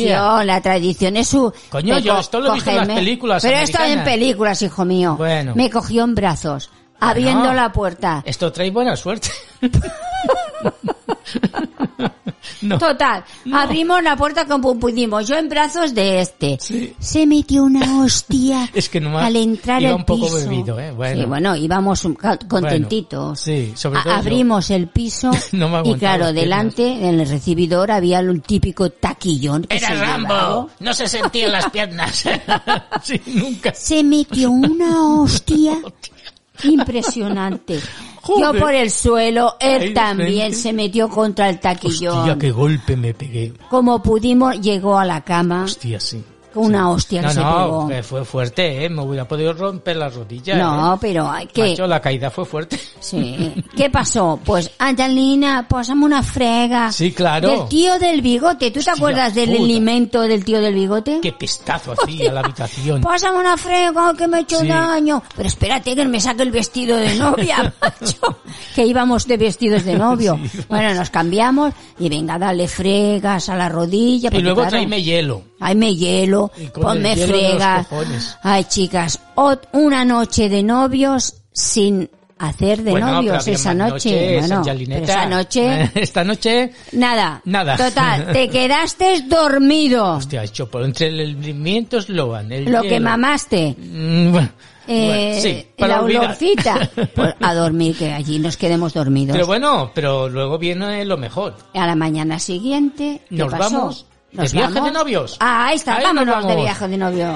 una tradición es su... Coño, de yo esto lo he visto en las cogerme- películas Pero esto en americanas. películas, hijo mío. Bueno. Me cogió en brazos, abriendo No. la puerta. Esto trae buena suerte. No. Total, abrimos la puerta como pudimos, yo en brazos de este. Sí. Se metió una hostia Es que nomás al entrar iba al un poco piso. bebido, Bueno. Sí, bueno, íbamos contentitos. Bueno, sí, sobre todo Abrimos el piso No me y aguantaba claro, las delante en el recibidor había un típico taquillón que Era se Rambo, llevaba. no se sentían las piernas. Sí, nunca. Se metió una hostia impresionante. Joder. Yo por el suelo, Ahí él de también frente. se metió contra el taquillón. Hostia, qué golpe me pegué. Como pudimos, llegó a la cama Hostia, sí. con una hostia que se pegó. Que fue fuerte, Me hubiera podido romper la rodilla, No, pero hay que... Macho, la caída fue fuerte. Sí. ¿Qué pasó? Pues, Angelina, posame una frega. Sí, claro. Del tío del bigote. ¿Tú te Hostia acuerdas del puta. alimento del tío del bigote? Qué pestazo hacía la habitación. Pásame una frega que me ha hecho Sí. daño. Pero espérate que me saque el vestido de novia, macho. Que íbamos de vestidos de novio. Sí. Bueno, nos cambiamos y venga, dale fregas a la rodilla. Y porque, luego claro, tráeme hielo. Hayme hielo, Y con ponme el hielo de los fregas. cojones. Ay, chicas, una noche de novios sin hacer de Bueno, pero novios había esa más noche. noches, Bueno, Angelineta. pero esa noche, Esta noche... nada. Nada. Total, te quedaste dormido. Hostia, hecho por entre el movimiento Sloan, el Lo hielo. que mamaste. Bueno, sí, para la olvidar. olorcita. Pues a dormir, que allí nos quedemos dormidos. Pero bueno, pero luego viene lo mejor. A la mañana siguiente, ¿qué Nos pasó? vamos de viaje de novios. Ah, ahí está, Ahí nos vámonos de vamos. viaje de novios.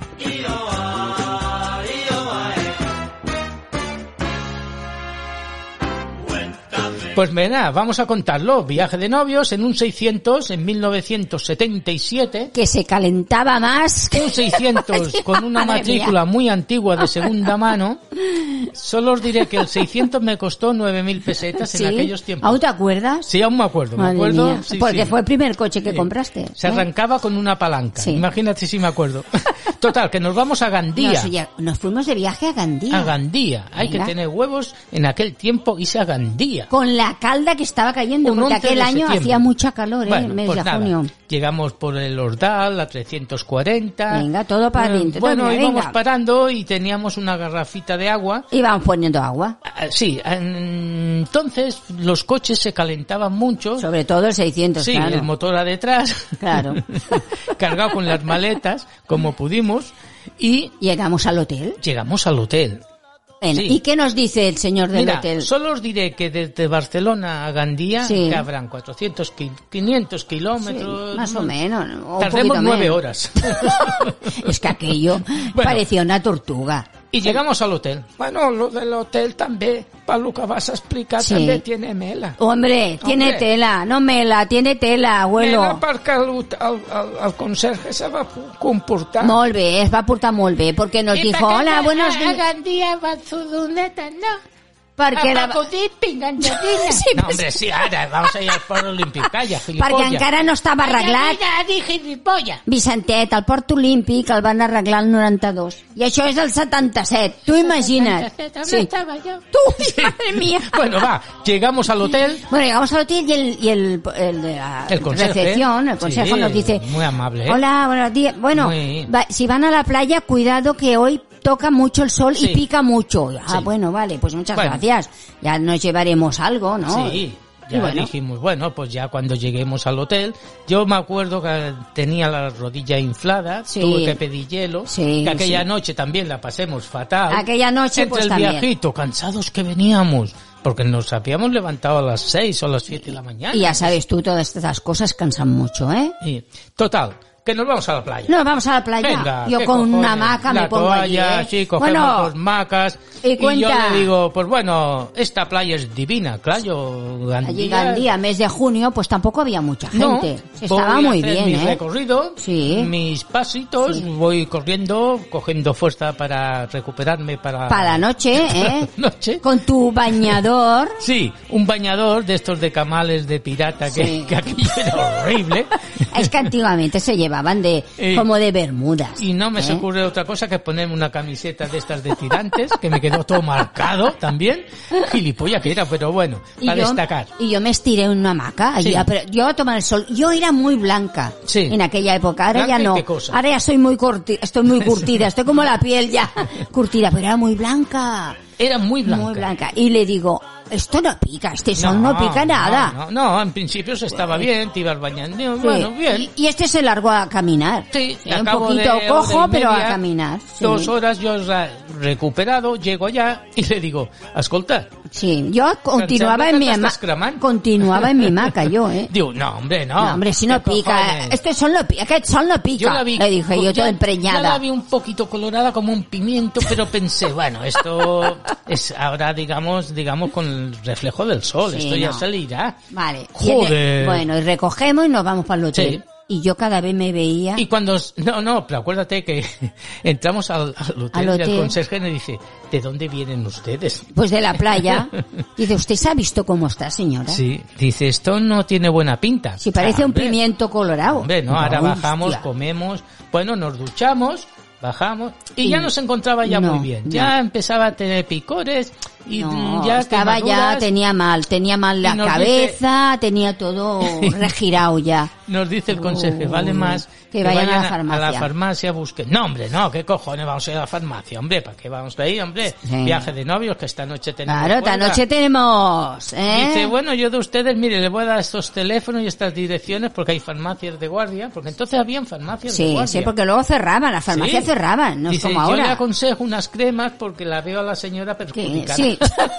Pues mira, vamos a contarlo. Viaje de novios en un 600 en 1977. Que se calentaba más. Un 600 con una Madre matrícula muy antigua de segunda mano. Solo os diré que el 600 me costó 9.000 pesetas ¿Sí? en aquellos tiempos. ¿Aún te acuerdas? Sí, aún me acuerdo. Madre me acuerdo. mía. Sí, Porque sí. fue el primer coche que Sí. compraste. Se ¿eh? arrancaba con una palanca. Sí. Imagínate si me acuerdo. Total, que nos vamos a Gandía. Nos fuimos de viaje a Gandía. A Gandía. Hay que Venga. tener huevos en aquel tiempo irse a Gandía. Con la calda que estaba cayendo, Un porque 11 aquel de año septiembre. hacía mucha calor, Bueno, el mes pues de nada, junio. llegamos por el Ordal, la 340. Venga, todo para adentro. Bueno, Venga, íbamos venga. parando y teníamos una garrafita de agua. Y vamos poniendo agua. Sí, entonces los coches se calentaban mucho. Sobre todo el 600, Sí, claro. el motor a detrás. Claro. Cargado con las maletas, como pudimos. Y Llegamos al hotel. llegamos al hotel. Bueno, Sí. ¿y qué nos dice el señor del Mira, hotel? solo os diré que desde Barcelona a Gandía, Sí. que habrán 400, 500 kilómetros. Sí, más o menos. ¿no? O un Tardemos poquito 9 menos. horas. Es que aquello Bueno. parecía una tortuga. Y llegamos al hotel. Bueno, lo del hotel també, per lo que vas a explicar, Sí. també tiene mela. Hombre, tiene tela, no mela, tiene tela, abuelo. Mela perquè el conserge se va comportar. Molt bé, es va portar molt bé, porque nos dijo, hola, buenos días. Gandía va zuduneta, no. Perquè, la... sí, No, hombre, sí, ara, vamos a ir al Port Olímpic. Calla, perquè gilipollas. encara no estava arreglat. dije gilipollas. Vicentet, el Port Olímpic el van arreglar el 92. I això és el 77. Tu imagina't. Sí. estaba yo. Tu, madre mía. Bueno, va, llegamos al hotel. Bueno, llegamos al hotel y el de la El conserje. recepción, el consejo Sí, nos dice, muy amable, ¿eh? hola, buenos días. Bueno, Muy- si van a la playa, cuidado que hoy toca mucho el sol Sí. y pica mucho. Ah, Sí. bueno, vale, pues muchas Bueno. gracias. Ya nos llevaremos algo, ¿no? Sí, Y ya bueno. dijimos, bueno, pues ya cuando lleguemos al hotel, yo me acuerdo que tenía la rodilla inflada, Sí. tuve que pedir hielo, Sí, que aquella sí. noche también la pasemos fatal. Aquella noche, Entre pues, el también. viajito, cansados que veníamos, porque nos habíamos levantado a las 6 o a las 7 de la mañana. Y ya sabes tú, todas estas cosas cansan mucho, ¿eh? Y, total, que nos vamos a la playa. No, vamos a la playa. Venga, Yo ¿qué con cojones? una hamaca La me pongo toalla, allí, ¿eh? sí, cogemos Bueno, dos macas y yo cuenta. le digo, pues bueno, esta playa es divina, claro, Gandía. allí Gandía, mes de junio, pues tampoco había mucha No, gente. Estaba voy a muy hacer bien, mi ¿eh? recorrido, Sí. mis pasitos, Sí. voy corriendo, cogiendo fuerza para recuperarme para Para la noche, ¿eh? noche. Con tu bañador. Sí, un bañador de estos de camales de pirata que, Sí. que aquello era horrible. Es que antiguamente se llevaban de como de bermudas. Y no me se ¿eh? ocurre otra cosa que ponerme una camiseta de estas de tirantes, que me quedó todo marcado también. Gilipollas que era, pero bueno, para destacar. Y yo me estiré en una hamaca allí, Sí. pero yo a tomar el sol. Yo era muy blanca Sí. en aquella época, ahora ¿Blanca ya y no. qué cosa? Ahora ya estoy muy curtida, estoy como la piel ya curtida, pero era muy blanca. Era muy blanca. Muy blanca. Y le digo, esto no pica, este sol no pica nada. No, en principio se estaba bien, te ibas bañando, Sí. bueno, bien. Y este se largó a caminar. Sí, Un acabo poquito de cojo, hora y pero a media, caminar. Sí. 2 horas yo recuperado, llego allá y le digo, escolta. Sí, yo continuaba Em en sembla mi que t'estàs cremant. continuaba en mi hamaca yo, Diu, no, hombre, no. No, hombre, si no ¿Qué pica, cojones? este sol no pica, aquest sol no pica. Yo la vi, le dije yo, toda ya empreñada. la vi un poquito colorada como un pimiento, pero pensé, bueno, esto es ahora, digamos, con el reflejo del sol, Sí, esto ya no. salirá. Vale. Joder. Bueno, y recogemos y nos vamos para el hotel. Sí. Y yo cada vez me veía... Y cuando, no, pero acuérdate que entramos al hotel, Al y el hotel. conserje me dice, ¿de dónde vienen ustedes? Pues de la playa. Dice, ¿usted se ha visto cómo está, señora? Sí, dice, esto no tiene buena pinta. Si parece un Hombre, pimiento colorado. Hombre, no, ahora Hostia. bajamos, comemos, bueno, nos duchamos, bajamos, y Sí. ya nos encontraba ya No, muy bien. no. Ya empezaba a tener picores, y No, ya estaba ya, quemaduras. tenía mal la Y nos cabeza, tenía todo regirado ya. Nos dice el conserje, vale más que vayan a la a la farmacia, busquen. No, hombre, no, ¿qué cojones vamos a ir a la farmacia? Hombre, ¿para qué vamos a ir, hombre? Sí. Viaje de novios, que esta noche tenemos Claro, esta huelga. noche tenemos, Dice, bueno, yo de ustedes, mire, le voy a dar estos teléfonos y estas direcciones porque hay farmacias de guardia, porque entonces habían farmacias de Sí, guardia. sí, porque luego cerraban, las farmacias Sí. cerraban, no es Dice, como yo le ahora. aconsejo unas cremas porque la veo a la señora Que- perjudicada. sí.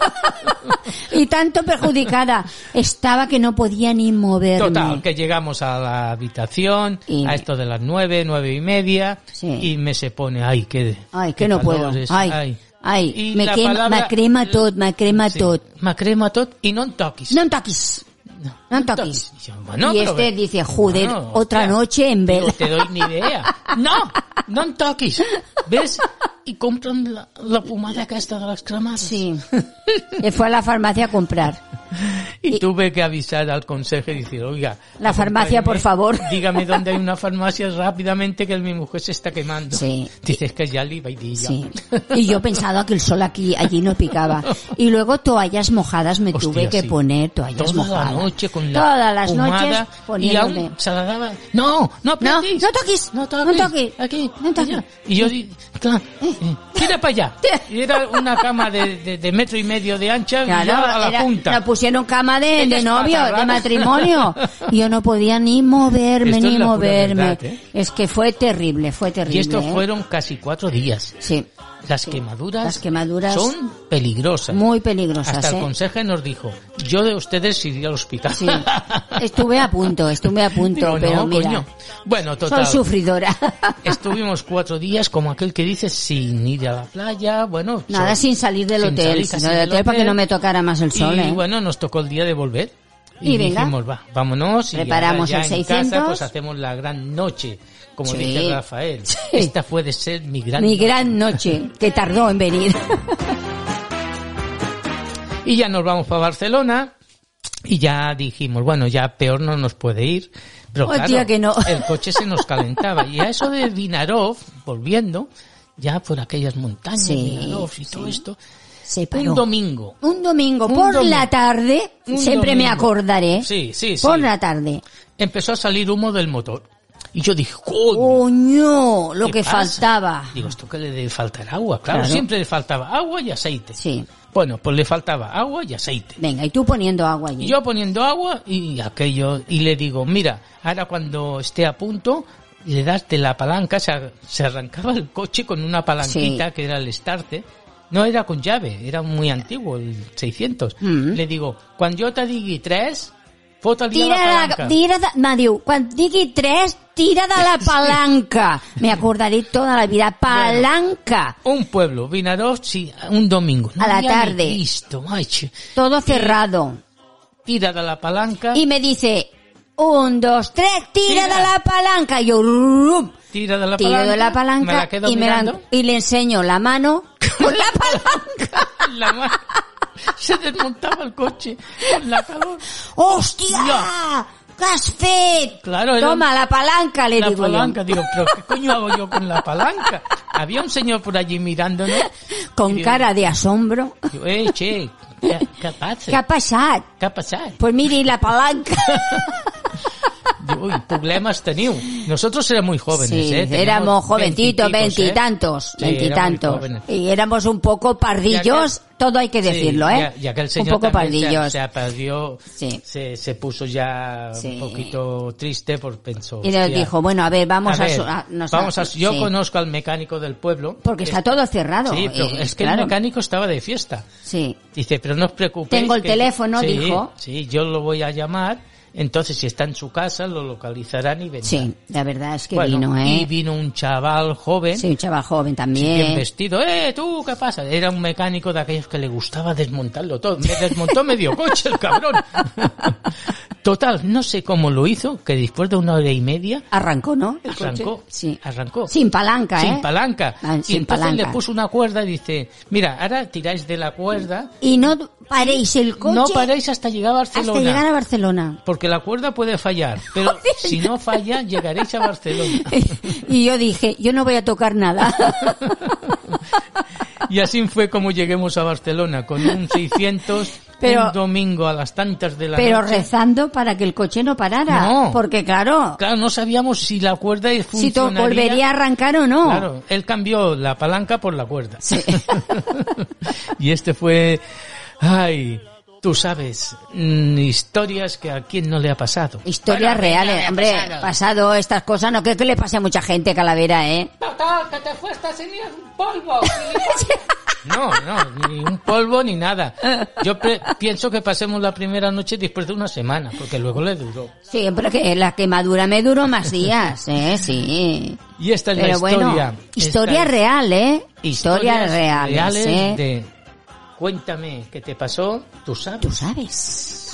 Y tanto perjudicada estaba que no podía ni moverme. Total, que llegamos a la habitación, Y- a esto de las 9:30, Sí. y me se pone, ay, qué que no puedo. calores, Ai, Y me la crema palabra- tot, me crema Sí, tot. me crema tot i no en toquis. No em toquis. No em toquis. Y yo, bueno, Y pero este ve- dice, joder, bueno, otra hostia, noche en digo, vela. te doy ni idea. No en toquis. ¿Ves? Y compran la pomada aquesta de las cremades. Sí. Y fue a la farmacia a comprar. Y tuve que avisar al conserje y decir, oiga, La farmacia, por favor. Dígame dónde hay una farmacia rápidamente que mi mujer se está quemando. Sí. Dices que ya le iba a ir yo. Sí. Y yo pensaba que el sol allí no picaba. Y luego toallas mojadas me Hostia, tuve que sí. poner, toallas Toda mojadas. la noche con la Todas las pomada, noches y poniéndome. aún se la daba, no No, aprendís. no toquis, No no toquis. toquis, Aquí, no toquis. allá. Y yo di, claro, tira para allá. Y era una cama de metro y medio de ancha y Claro, ya a la era- punta. nos pusieron cama de Ella es novio, de patarrada. matrimonio. Y yo no podía ni moverme, Esto es ni la pura moverme. verdad, ¿eh? Es que fue terrible, fue terrible. Y estos ¿eh? fueron casi 4 días. Sí, Las quemaduras, Las quemaduras son peligrosas. muy peligrosas, Hasta el ¿eh? conserje nos dijo, yo de ustedes iría al hospital. Sí. Estuve a punto, Digo, pero no, mira, coño. Bueno, total. soy sufridora. Estuvimos 4 días, como aquel que dice, sin ir a la playa, bueno. Nada, sin salir del sin hotel, salir sin casi salir del hotel para que no me tocara más el sol, Y ¿eh? bueno, nos tocó el día de volver. Y venga. dijimos, va, vámonos. Preparamos y ahora ya el en 600. casa, pues hacemos la gran noche, como Sí. dice Rafael. Sí. Esta puede ser mi gran Mi noche. gran noche, que tardó en venir. Y ya nos vamos para Barcelona. Y ya dijimos, bueno, ya peor no nos puede ir. Pero Hostia, claro, que no. el coche se nos calentaba. Y a eso de Vinaròs, volviendo, ya por aquellas montañas, Sí, Vinaròs y todo esto, Se paró. un domingo. Un domingo Un por domingo. la tarde, Un siempre me domingo. acordaré. Sí, sí, sí. Por la tarde. Empezó a salir humo del motor. Y yo dije, ¡coño! Coño, lo ¿qué que pasa? faltaba. Digo, esto que le debe faltar agua. Claro, Claro. siempre le faltaba agua y aceite. Sí. Bueno, pues le faltaba agua y aceite. Venga, y tú poniendo agua allí. Y yo poniendo agua y aquello, y le digo, mira, ahora cuando esté a punto, le das de la palanca, se arrancaba el coche con una palanquita Sí. que era el starter. No era con llave, era muy antiguo, el 600. Mm. Le digo, quan jo te digui 3, fota-li a la palanca. Me diu, quan digui 3, tira de la palanca. Me acordaré toda la vida. Palanca. Un pueblo, Vinaròs, sí, un domingo. No A la había ni tarde. visto, macho. Todo cerrado. Tira de la palanca, Y me dice, 1, 2, 3, tira Tira. de la palanca. Y yo, rum, tira de la tiro palanca, de la palanca me la quedo y, mirando. y le enseño la mano con la palanca. La mano. Se desmontaba el coche con la calor. ¡Hostia! Ya. ¿Qué has fet? Claro, era Toma, la palanca, le la digo palanca. Digo, pero ¿qué coño hago yo con la palanca? Había un señor por allí mirándonos. yo. Con Y cara de asombro. digo, che, ¿qué pasa? ¿Qué ha pasado? ¿Qué ha pasado? Pues mire, la palanca. Uy, problemas teniu. Nosotros éramos muy jóvenes, Sí, Teníamos éramos jovencitos, veintitantos. Y éramos un poco pardillos, todo hay que decirlo, Ya que el un señor poco también pardillos. se perdió, Sí. se puso ya Sí. un poquito triste por pensó. Y nos hostia, dijo, bueno, a ver, yo sí. conozco al mecánico del pueblo. Porque está todo cerrado. Sí, pero es que claro. el mecánico estaba de fiesta. Sí. Dice, pero no os preocupéis. Tengo el teléfono, sí, dijo. Sí, yo lo voy a llamar. Entonces, si está en su casa, lo localizarán y vendrán. Sí, la verdad es que Bueno, vino, y vino un chaval joven. Sí, un chaval joven Bien también. vestido. ¿Tú qué pasa? Era un mecánico de aquellos que le gustaba desmontarlo todo. Me desmontó medio coche el cabrón. Total, no sé cómo lo hizo, que después de 1 hora y media Arrancó, ¿no? El arrancó. coche. Sí. Arrancó. Sin palanca, Sin palanca. Ah, Y sin entonces palanca. le puso una cuerda y dice, mira, ahora tiráis de la cuerda, Y no paréis el coche no paréis hasta llegar a Barcelona. hasta llegar a Barcelona. Porque la cuerda puede fallar, pero si no falla, llegaréis a Barcelona. Y yo dije, yo no voy a tocar nada. Y así fue como lleguemos a Barcelona, con un 600, Pero- un domingo a las tantas de la Pero noche. rezando para que el coche no parara. No. Porque claro, Claro, no sabíamos si la cuerda si funcionaría. volvería a arrancar o no. Claro, él cambió la palanca por la cuerda. Sí. Y este fue... Ay, tú sabes, historias que a quién no le ha pasado. Historias Bueno, reales. me ha Hombre, pasado. pasado estas cosas, no creo que le pase a mucha gente, Calavera, ¿eh? Total, que te fuiste sin un polvo. No, ni un polvo ni nada. Yo pienso que pasemos la primera noche después de una semana, porque luego le duró. Siempre que la quemadura me duró más días, sí. Y esta es la Pero historia. bueno, historia Esta es real, ¿eh? historias reales, ¿eh? de cuéntame qué te pasó, tú sabes. Tú sabes.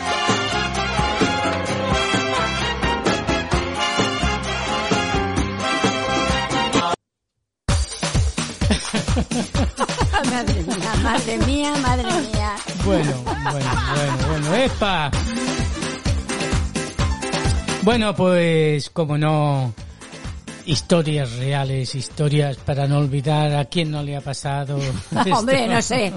Madre mía. Bueno, ¡epa! Bueno, pues, como no, historias reales, historias para no olvidar a quién no le ha pasado. Hombre, no sé.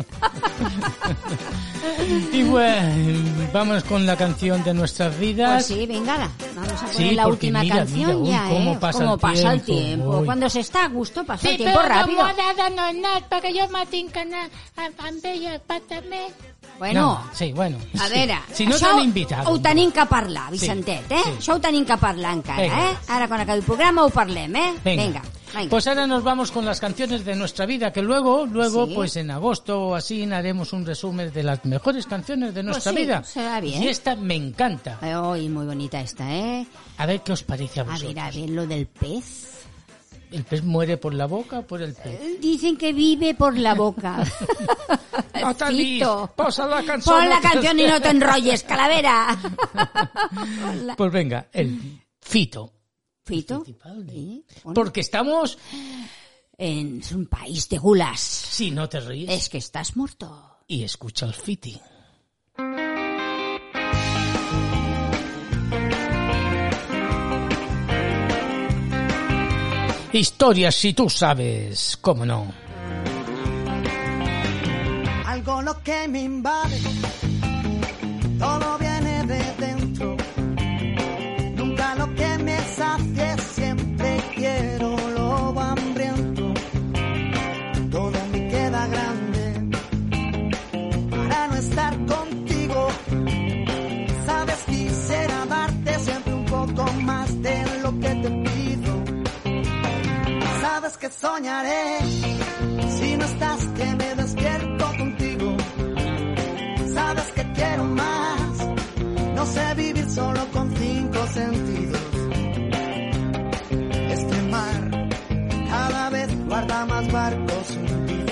Y bueno, vamos con la canción de nuestras Pues vidas. sí, venga, vamos a poner Sí, la porque última mira, canción uy, ya, cómo ¿eh? pasa Cómo el pasa el tiempo, tiempo. uy. Cuando se está a gusto pasa el Sí, tiempo però rápido. no m'ho ha de donar, perquè jo me tinc que anar amb ella també. Bueno, No, sí, bueno. a sí. veure, Si no això t'han invitat. ho tenim que parlar, Vicentet, eh? sí. Això ho tenim que parlar encara, Venga. eh? Ara, quan acabi el programa, ho parlem, eh? Venga. Pues ahora nos vamos con las canciones de nuestra vida, que luego, Sí. pues en agosto o así haremos un resumen de las mejores canciones de nuestra Pues sí, vida. será bien. Y esta me encanta. Ay, muy bonita esta, ¿eh? A ver qué os parece a A vosotros. ver, lo del pez. ¿El pez muere por la boca o por el pez? Dicen que vive por la boca. No t'ha vist. Fito. Posa la cançó. Pon la canción y no te enrolles, Calavera. Ponla. Pues venga, el Fito. Fito. Principal de- Sí, bueno. Porque estamos... Es un país de gulas. Si no te ríes. Es que estás muerto. Y escucha el Fiti. Historias si tú sabes, cómo no. Algo lo que me invade, todo viene de dentro. Nunca lo que me sacie, siempre quiero lo hambriento. Todo me queda grande para no estar contigo. Sabes, quisiera darte siempre un poco más de lo que te pido. Sabes que soñaré si no estás, que me despierto contigo. Sabes que quiero más, no sé vivir solo con 5 sentidos. Este mar cada vez guarda más barcos hundidos.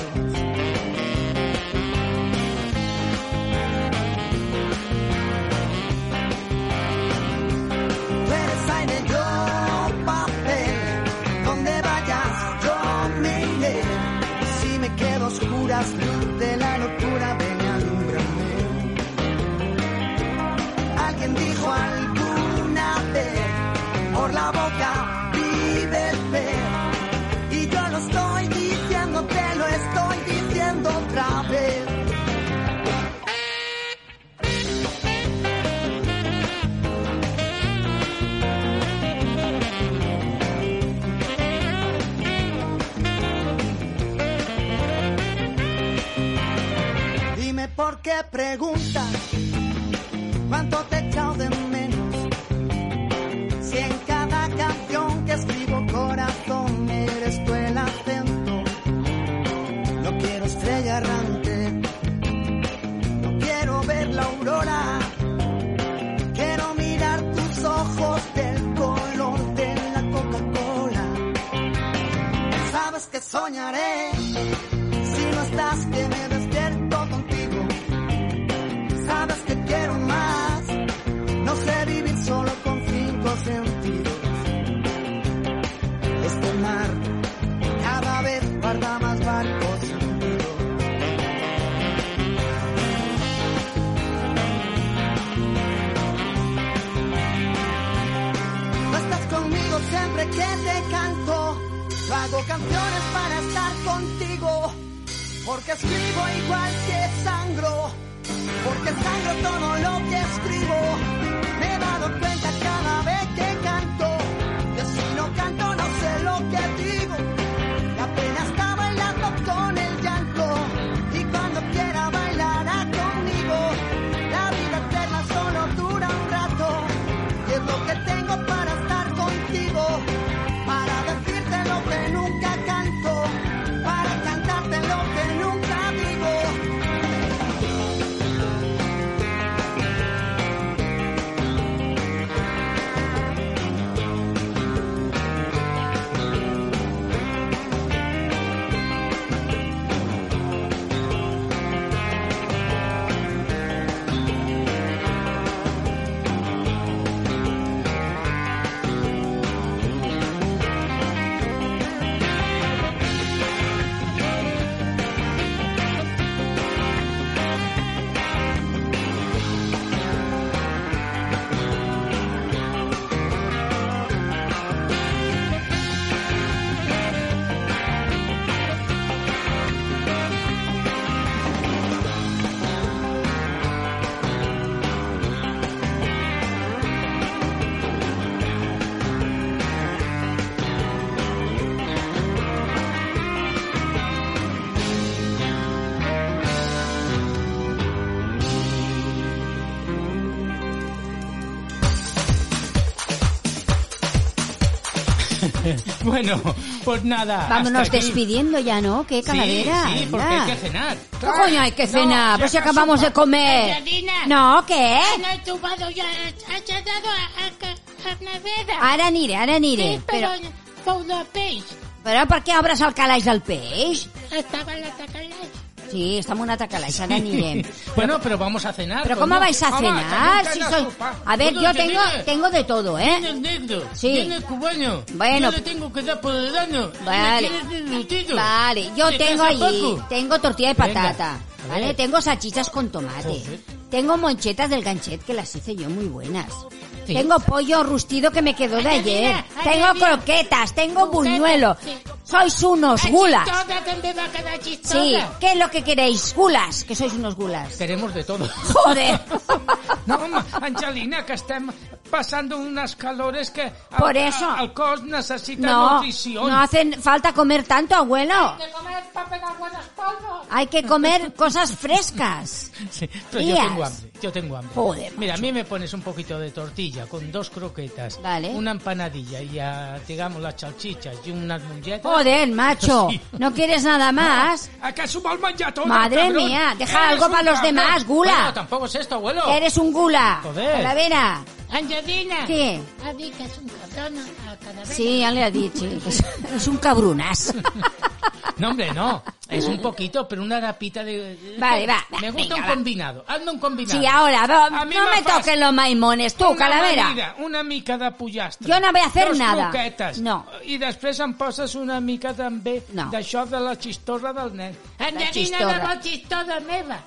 Tú eres aire, yo papel, donde vayas yo me iré. Si me quedo a oscuras, luz de la locura, ven y alúmbrame. Alguien dijo alguna vez, por la boca vive el pez. Y yo lo estoy diciendo, te lo estoy diciendo otra vez. ¿Por qué preguntas cuánto te he echado de menos? Si en cada canción que escribo, corazón, eres tú el acento. No quiero estrella errante, no quiero ver la aurora. Quiero mirar tus ojos del color de la Coca-Cola. Sabes que soñaré si no estás, que me despierto contigo. Sabes que quiero más, no sé vivir solo con 5 sentidos. Este mar cada vez guarda más barcos hundidos. No estás conmigo siempre que te canto. Yo hago canciones para estar contigo, porque escribo igual que sangro, porque sangro todo lo que escribo. Me he dado cuenta cada vez que canto, que si no canto no sé lo que digo. La pena está bailando con el llanto, y cuando quiera bailará conmigo. La vida eterna solo dura un rato, y es lo que tengo para estar contigo, para decirte lo que nunca canto, para cantarte lo que nunca digo. Bueno, pues nada. Vámonos hasta aquí. despidiendo ya, ¿no? ¿Qué calavera? Sí, sí, porque anda. hay que cenar. ¿Qué coño hay que cenar? Pues si acabamos de comer. Angelina. No, ¿qué? No he tomado ya, ha llegado a nevera. Ara aniré. Sí, però fou de peix. Però per què obres el calaix del peix? Estava a la tacalaix. Sí, està en una tacalaix, ara anirem. Bueno, pero vamos a cenar. ¿Pero pues, cómo ¿no? vais a Vamos, cenar? también Si tengo soy... sopa. A ver, Bueno, yo Angelina. tengo de todo, ¿eh? Viene el negro, Sí. viene el cubano. Bueno. Yo le tengo que dar por el daño. Vale. Me quieres disrutido. Vale, yo ¿Te tengo pasa allí, poco? tengo tortilla de Venga, patata, a ¿vale? ver. Tengo salchichas con tomate, Joder. tengo monchetas del ganchet que las hice yo muy buenas. Sí. Tengo pollo rustido que me quedó de ayer. Adivina, Tengo adivina. croquetas, tengo Croquetas, buñuelo. sí. Sois unos gulas. Chistosa també va quedar chistosa. Sí, ¿qué es lo que queréis? Gulas, que sois unos gulas. Queremos de todo. Joder. No, home, Angelina, que estem passant unes calores que Por eso. el cos necessita No, nutrición. no hace falta comer tanto, abuelo. De comer papel de buenos polvos. Hay que comer cosas frescas. Sí, pero Días. yo tengo hambre. Joder, Mira, a macho. mí me pones un poquito de tortilla con 2 croquetas, Vale. una empanadilla y digamos las salchichas y unas monchetas. Joder, macho. Sí. ¿No quieres nada más? A que s'ho vol menjar tot, Madre cabrón. mía, deja Eres algo un para los cabrón. demás, Bueno, gula. tampoco es esto, abuelo. Eres un gula. Joder. Calavera. Angelina. ¿Qué? Ha dit que és un cabrón a Calavera. Sí, ya le ha dicho. Es un cabrunas. No, hombre, no. Es un poquito, pero una rapita de... Vale, va, Me gusta venga, un va. combinado. Hazme un combinado. Sí, ahora, A mí no me fas toques los maimones, tú, Una calavera. amanida, una mica de pollastre. Jo no vull hacer dos nada. croquetes. No. I després em poses una mica també No. d'això de la xistorra del nen. Angelina chistorra. la vol chistosa meva.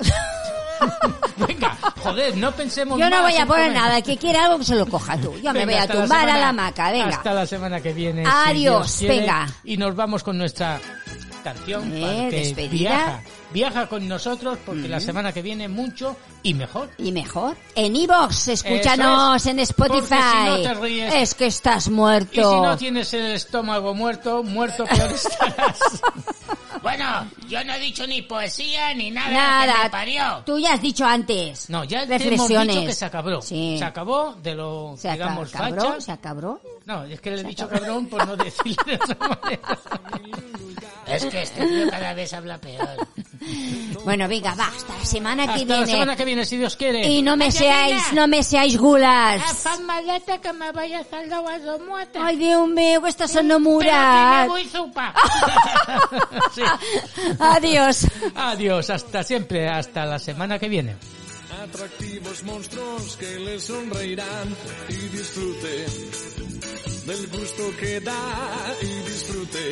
Venga, joder, no pensemos Yo no más voy a en poner comer. nada, el que quiera algo que se lo coja tú. Yo me Venga, voy a hasta la tumbar a semana- la hamaca, venga. Hasta la semana que viene. si Adiós, Dios quiere, venga. Y nos vamos con nuestra canción. para que despedida. Viaja con nosotros porque la semana que viene mucho y mejor. Y mejor, en iVoox, escúchanos Eso es. en Spotify. Porque si no te ríes- Es que estás muerto. Y si no tienes el estómago muerto, muerto peor estarás. Bueno, Yo no he dicho ni poesía ni nada. Que me parió. Tú ya has dicho antes. No, ya reflexiones. te hemos dicho que se acabó. Sí. Se acabó de lo, digamos, facha. ¿Se acabó? No, es que le he dicho cabrón por no decirle de otra manera. Es que este tío cada vez habla peor. Bueno, venga, va, hasta la semana que viene. Hasta la semana que viene, si Dios quiere. Y no me seáis gulas. Fan maleta que me vaya a salvar a su muerte. Ai, Déu meu, estas són Pero enamorat. que me voy sopa. Sí. Adiós. Adiós, hasta siempre, hasta la semana que viene. Atractivos monstruos que le sonreirán y disfrute del gusto que da y disfrute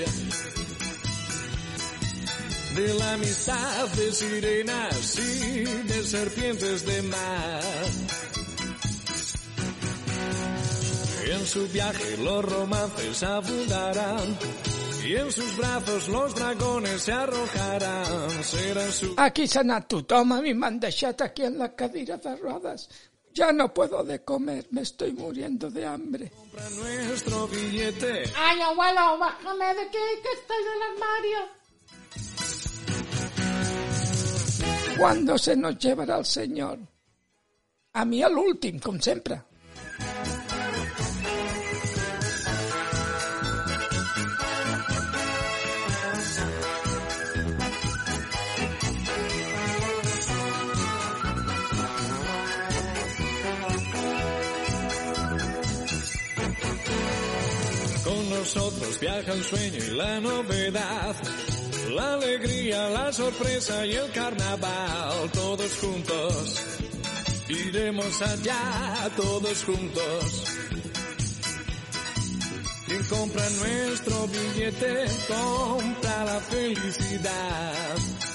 de la amistad de sirenas y de serpientes de mar. En su viaje los romances abundarán y en sus brazos los dragones se arrojarán. Será su... Aquí s'ha anat tothom, a mi m'han deixat aquí en la cadira de rodes. Ya no puedo de comer, me estoy muriendo de hambre. Compra nuestro billete. Ay, abuelo, bájame de aquí, que estoy en el armario. ¿Cuándo se nos llevará el Señor? A mi a l'últim, com sempre. Con nosotros viaja el sueño y la novedad, la alegría, la sorpresa y el carnaval. Todos juntos, iremos allá, todos juntos. Quien compra nuestro billete, compra la felicidad.